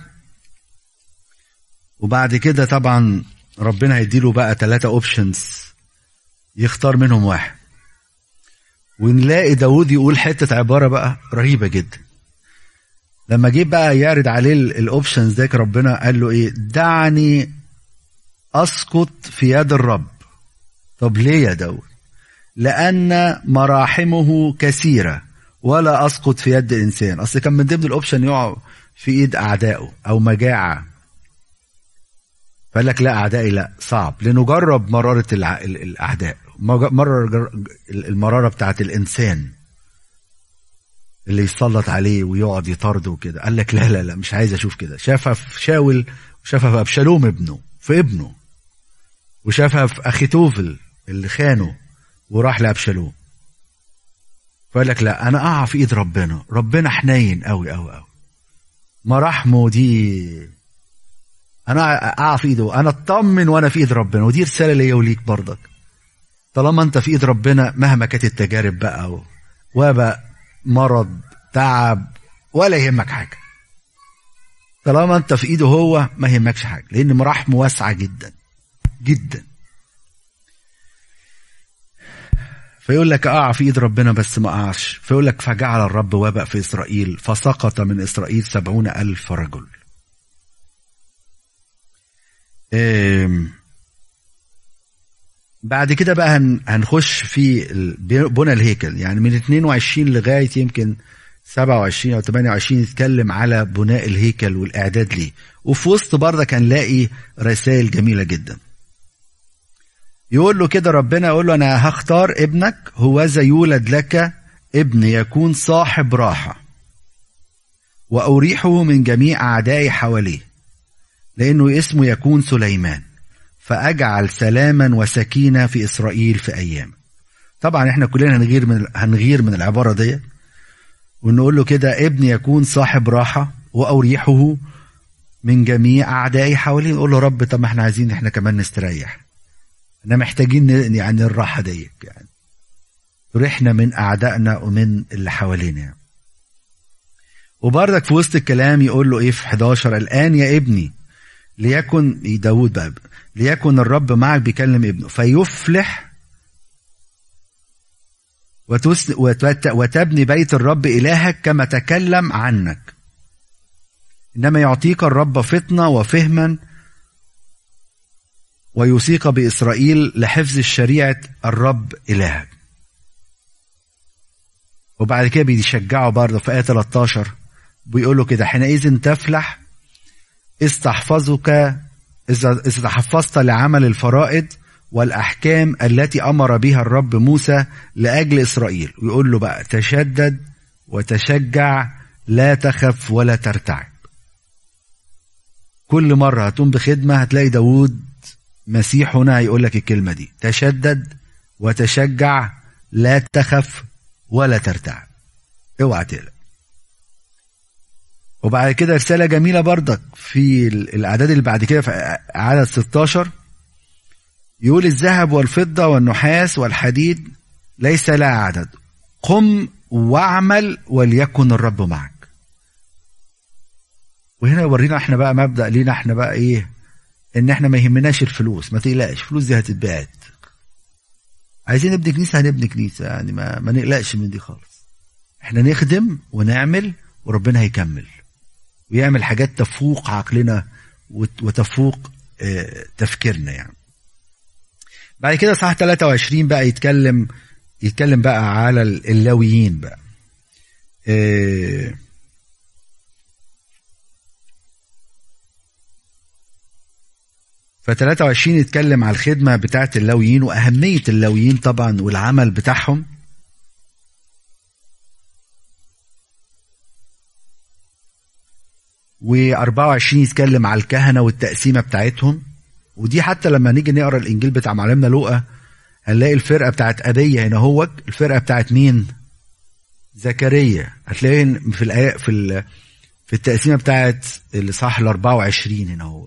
وبعد كده طبعا ربنا هيديله بقى ثلاثة اوبشنز يختار منهم واحد. ونلاقي داود يقول حتة عبارة بقى رهيبة جدا، لما جه بقى يعرض عليه الاوبشنز ده ربنا قال له ايه؟ دعني اسقط في يد الرب. طب ليه يا داود؟ لأن مراحمه كثيرة ولا اسقط في يد الانسان. اصل كان من ضمن الاوبشن يقع في ايد اعدائه او مجاعه، فقال لك لا اعدائي لا، صعب، لانه جرب مراره الع... الاعداء، مرر المراره بتاعت الانسان اللي يسلط عليه ويقعد يطارده وكده. قال لك لا لا لا مش عايز اشوف كده. شافها في شاول، وشافها في ابشالوم ابنه في ابنه، وشافها في اخيتوفل اللي خانه وراح لابشالوم. فقال لك لا انا اقع في ايد ربنا، ربنا حنين قوي قوي قوي، مراحمه دي انا اقع في ايده، انا اطمن وانا في ايد ربنا. ودي رساله ليا وليك برضك، طالما انت في ايد ربنا مهما كانت التجارب بقى وباء مرض تعب ولا يهمك حاجه، طالما انت في ايده هو ما يهمكش حاجه، لان مراحمه واسعه جدا جدا. فيقول لك اقع في ايد ربنا بس ما اقعش. فيقول لك فجعل الرب وباء في اسرائيل فسقط من اسرائيل سبعون الف رجل. بعد كده بقى هنخش في بنى الهيكل، يعني من اتنين وعشرين لغايه يمكن سبعة وعشرين او تمانية وعشرين يتكلم على بناء الهيكل والاعداد ليه. وفي وسط برضه هنلاقي رسائل جميله جدا. يقول له كده ربنا، يقول له انا هختار ابنك، هوذا يولد لك ابن يكون صاحب راحه واريحه من جميع اعدائي حواليه، لانه اسمه يكون سليمان، فاجعل سلاما وسكينه في اسرائيل في ايام. طبعا احنا كلنا هنغير من هنغير من العباره دي ونقول له كده ابن يكون صاحب راحه واريحه من جميع اعدائي حواليه. نقول له رب طب ما احنا عايزين احنا كمان نستريح، احنا محتاجين يعني الراحه دي، يعني ريحنا من اعدائنا ومن اللي حوالينا يعني. وبرضك في وسط الكلام يقول له ايه في حداشر، الان يا ابني ليكن داود بقى ليكن الرب معك، بيكلم ابنه، فيفلح وتبني بيت الرب إلهك كما تكلم عنك، إنما يعطيك الرب فطنة وفهما ويوثيق بإسرائيل لحفظ الشريعة الرب إلهك. وبعد كده بيشجعه برضه في آية تلتاشر بيقول له كده حينئذ تفلح إذ تحفظك إذا تحفظت لعمل الفرائض والأحكام التي أمر بها الرب موسى لأجل إسرائيل. ويقول له بقى تشدد وتشجع لا تخف ولا ترتعب. كل مرة هتقوم بخدمة هتلاقي داود مسيح هنا هيقول لك الكلمة دي، تشدد وتشجع لا تخف ولا ترتعب، اوعى تقلق. وبعد كده رسالة جميلة برضك في الأعداد اللي بعد كده في عدد ستاشر يقول الذهب والفضة والنحاس والحديد ليس لها عدد، قم واعمل وليكن الرب معك. وهنا يورينا احنا بقى مبدأ لينا احنا بقى ايه، ان احنا ما يهمناش الفلوس، ما تقلقش الفلوس دي هتتبعت، عايزين نبني كنيسة هنبني كنيسة، يعني ما, ما نقلقش من دي خالص. احنا نخدم ونعمل وربنا هيكمل ويعمل حاجات تفوق عقلنا وتفوق اه تفكيرنا يعني. بعد كده صح تلاتة وعشرين بقى يتكلم يتكلم بقى على اللاويين بقى. اه فتلاتة وعشرين يتكلم على الخدمة بتاعة اللاويين وأهمية اللاويين طبعا والعمل بتاعهم. وأربعة وعشرين يتكلم على الكهنة والتقسيمة بتاعتهم. ودي حتى لما نيجي نقرأ الإنجيل بتاع معلمنا لوقا هنلاقي الفرقة بتاعت أبية هنا هو الفرقة بتاعت مين؟ زكريا. هتلاقي في الآية في في التقسيمة بتاعت الإصحاح الأربعة وعشرين هنا هو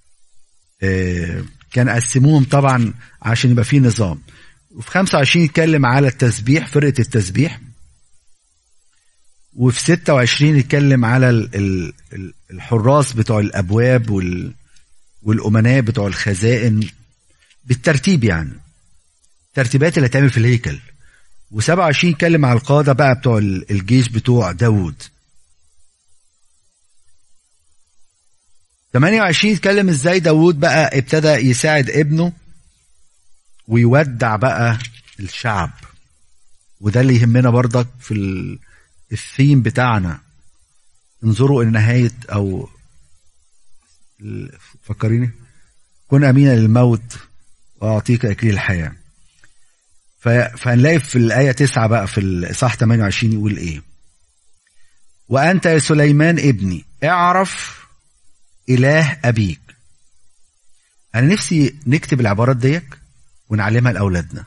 كان قسموهم طبعا عشان يبقى فيه نظام. وفي خمسة وعشرين يتكلم على التسبيح، فرقة التسبيح. وفي ستة وعشرين يتكلم على الحراس بتوع الأبواب والأمناء بتوع الخزائن بالترتيب، يعني الترتيبات اللي هتعمل في الهيكل. وسبعة وعشرين يتكلم على القادة بقى بتوع الجيش بتوع داود. تمانية وعشرين يتكلم ازاي داود بقى ابتدى يساعد ابنه ويودع بقى الشعب. وده اللي يهمنا برضك في الثيم بتاعنا انظروا إلى نهاية أو فكريني كن أمينا للموت وأعطيك أكليل الحياة. فهنلاقي في الآية تسعة بقى في الإصحاح ثمانية وعشرين يقول إيه؟ وأنت يا سليمان ابني اعرف إله أبيك. أنا نفسي نكتب العبارات ديك ونعلمها لأولادنا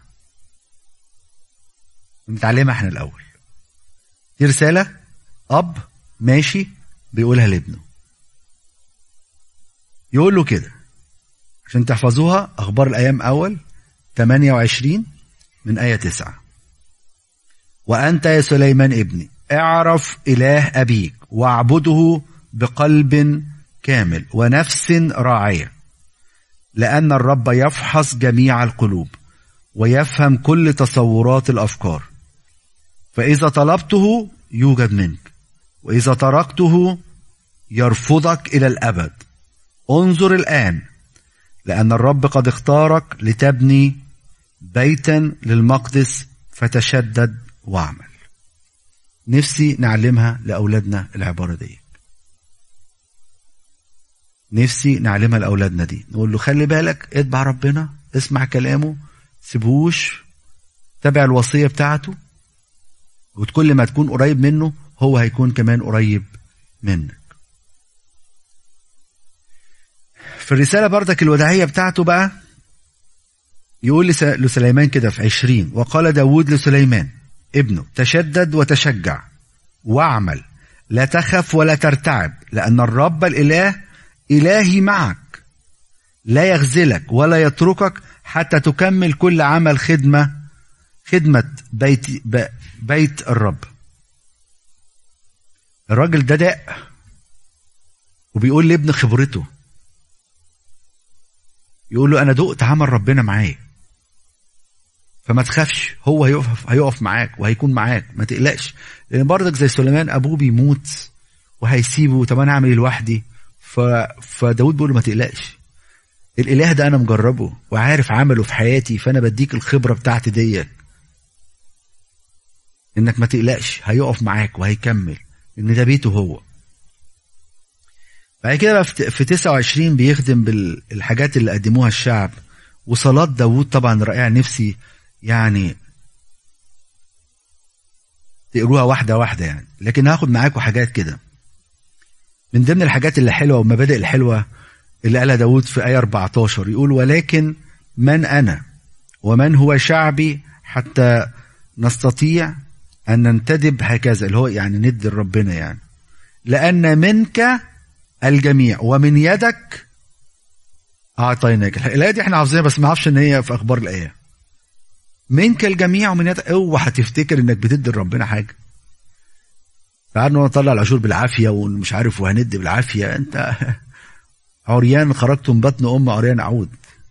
ونتعلمها احنا الأول. دي رسالة أب ماشي بيقولها لابنه، يقول له كده عشان تحفظوها. أخبار الأيام أول ثمانية وعشرين من آية تسعة. وأنت يا سليمان ابني اعرف إله أبيك واعبده بقلب كامل ونفس راعية، لأن الرب يفحص جميع القلوب ويفهم كل تصورات الأفكار. فإذا طلبته يوجد منك، وإذا تركته يرفضك إلى الأبد. انظر الآن، لأن الرب قد اختارك لتبني بيتا للمقدس، فتشدد واعمل. نفسي نعلمها لأولادنا العبارة دي، نفسي نعلمها لأولادنا دي. نقول له خلي بالك، اتبع ربنا، اسمع كلامه، سيبوش، تابع الوصية بتاعته، وكل ما تكون قريب منه هو هيكون كمان قريب منك. في الرسالة بردك الوداعية بتاعته بقى يقول لسليمان كده في عشرين: وقال داود لسليمان ابنه تشدد وتشجع واعمل، لا تخف ولا ترتعب، لأن الرب الإله إلهي معك، لا يخذلك ولا يتركك حتى تكمل كل عمل خدمة خدمة بيت, بيت الرب. الراجل ده داء وبيقول لابن خبرته، يقول له أنا دقت عمل ربنا معايا، فما تخافش، هو هيقف, هيقف معاك وهيكون معاك، ما تقلقش. لأن برضك زي سليمان أبوه بيموت وهيسيبه، طب أنا أعمل لوحدي؟ فداود بيقول له ما تقلقش، الإله ده أنا مجربه وعارف عمله في حياتي، فأنا بديك الخبرة بتاعتي ديت، إنك ما تقلقش، هيقف معاك وهيكمل، إن ده بيته هو. بعد كده في تسعة وعشرين بيخدم بالحاجات اللي قدموها الشعب، وصلاة داود طبعا رائعة، نفسي يعني تقروها واحدة واحدة يعني، لكن هاخد معاكم حاجات كده من ضمن الحاجات اللي حلوة والمبادئ الحلوة اللي قالها داود في آية أربعتاشر. يقول: ولكن من أنا ومن هو شعبي حتى نستطيع أن ننتدب هكذا، اللي هو يعني ند ربنا يعني، لأن منك الجميع ومن يدك أعطيناك. الآية دي احنا حافظينها بس ما عارفش ان هي في أخبار الآية. منك الجميع ومن يدك، اوعى هتفتكر انك بتدي لربنا حاجة. فقعدنا نطلع العشور بالعافية ومش عارف وهند بالعافية، انت عريان خرجت من بطن أم عريان عود.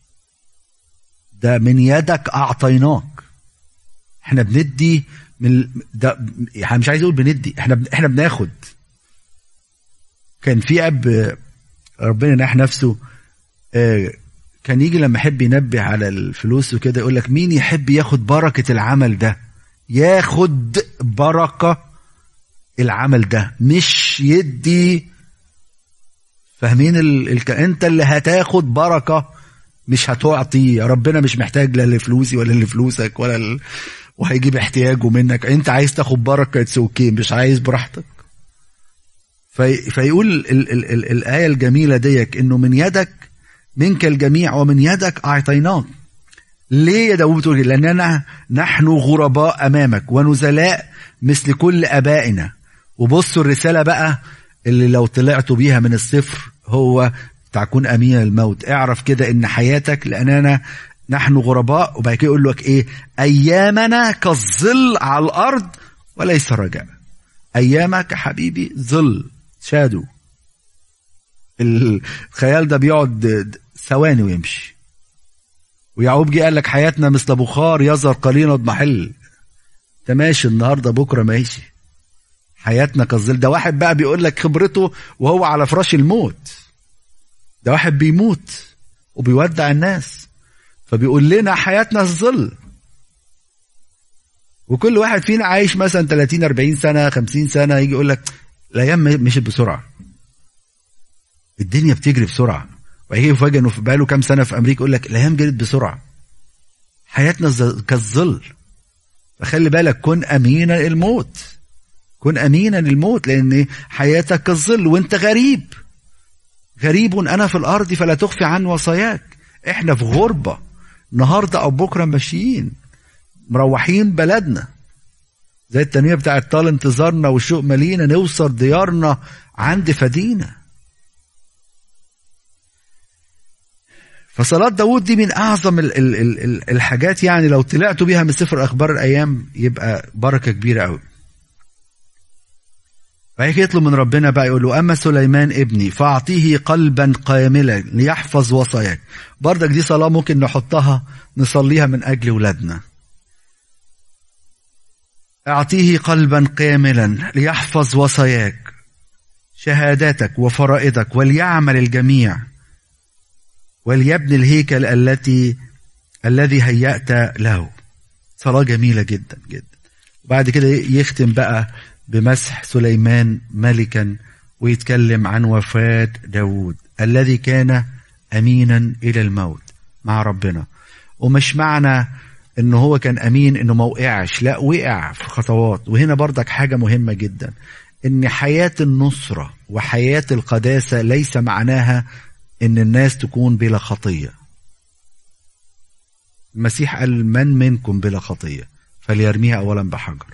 ده من يدك أعطيناك. احنا بندي من ده، يعني مش عايز اقول بندي، احنا احنا بناخد. كان في اب ربنا ينح نفسه كان يجي لما يحب ينبه على الفلوس وكده يقول لك مين يحب ياخد بركة العمل ده؟ ياخد بركة العمل ده، مش يدي. فاهمين ال... ال... انت اللي هتاخد بركة، مش هتعطي. ربنا مش محتاج لا لفلوسي ولا لفلوسك ولا ال... وهيجيب احتياجه منك. انت عايز تاخد بركة تسوكين، مش عايز براحتك. في... فيقول ال... ال... ال... الآية الجميلة ديك انه من يدك منك الجميع ومن يدك أعطيناك. ليه يا داود بتقول؟ لأننا نحن غرباء أمامك ونزلاء مثل كل أبائنا. وبصوا الرسالة بقى اللي لو طلعتوا بيها من الصفر، هو تكون أمين الموت. اعرف كده إن حياتك لأننا نحن غرباء. وبعد كده يقول لك إيه؟ أيامنا كالظل على الأرض وليس رجاء. أيامك يا حبيبي ظل، شادو. الخيال ده بيقعد ثواني ويمشي. ويعقوب جه قال لك حياتنا مثل بخار يظهر قليلا وضمحل. انت ماشي النهارده بكره ماشي. حياتنا كالظل. ده واحد بقى بيقول لك خبرته وهو على فراش الموت. ده واحد بيموت وبيودع الناس، فبيقول لنا حياتنا الظل. وكل واحد فينا عايش مثلا ثلاثين أربعين سنة خمسين سنة، يجي يقول لك الايام مشيت بسرعة، الدنيا بتجري بسرعة، ويجي يفاجئ انه بقاله كام سنة في امريكا يقول لك الايام جرت بسرعة. حياتنا كالظل، فخلي بالك، كن امينا الموت، كن امينا الموت، لان حياتك كالظل وانت غريب. غريب انا في الارض فلا تخفي عن وصاياك. احنا في غربة النهاردة او بكرة ماشيين مروحين بلدنا، زي التنمية بتاعت طال انتظارنا والشوق مالينا نوصل ديارنا عند فدينا. فصلاة داود دي من اعظم ال ال ال الحاجات، يعني لو طلعتوا بيها من سفر اخبار الايام يبقى بركة كبيرة قوي. فهيك يطلب من ربنا بقى، يقول له اما سليمان ابني فاعطيه قلبا كاملا ليحفظ وصاياك. برضك دي صلاة ممكن نحطها نصليها من اجل ولادنا. اعطيه قلبا كاملا ليحفظ وصاياك شهاداتك وفرائضك وليعمل الجميع وليبني الهيكل التي الذي هيأت له. صلاة جميلة جدا جدا. وبعد كده يختم بقى بمسح سليمان ملكا، ويتكلم عن وفاة داود الذي كان أمينا إلى الموت مع ربنا. ومش معنى انه هو كان امين انه ما وقعش، لا، وقع في خطوات. وهنا برضك حاجة مهمة جدا، ان حياة النصرة وحياة القداسة ليس معناها ان الناس تكون بلا خطية. المسيح قال من منكم بلا خطية فليرميها اولا بحجر.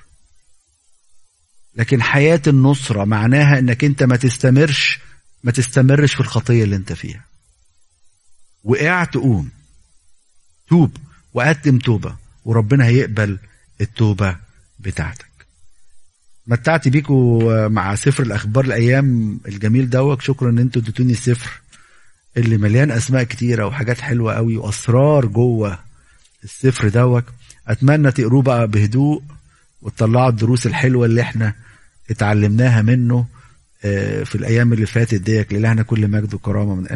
لكن حياة النصرة معناها انك انت ما تستمرش ما تستمرش في الخطية اللي انت فيها. وقعت قوم توب وقدم توبة، وربنا هيقبل التوبة بتاعتك. متعت بيكوا مع سفر الأخبار الأيام الجميل دوك. شكرا ان انتوا اديتوني السفر اللي مليان أسماء كتيرة وحاجات حلوة قوي وأسرار جوه السفر دوك. أتمنى تقروه بقى بهدوء وتطلعوا الدروس الحلوة اللي احنا اتعلمناها منه في الأيام اللي فاتت ديك. لإلهنا كل مجد وكرامة من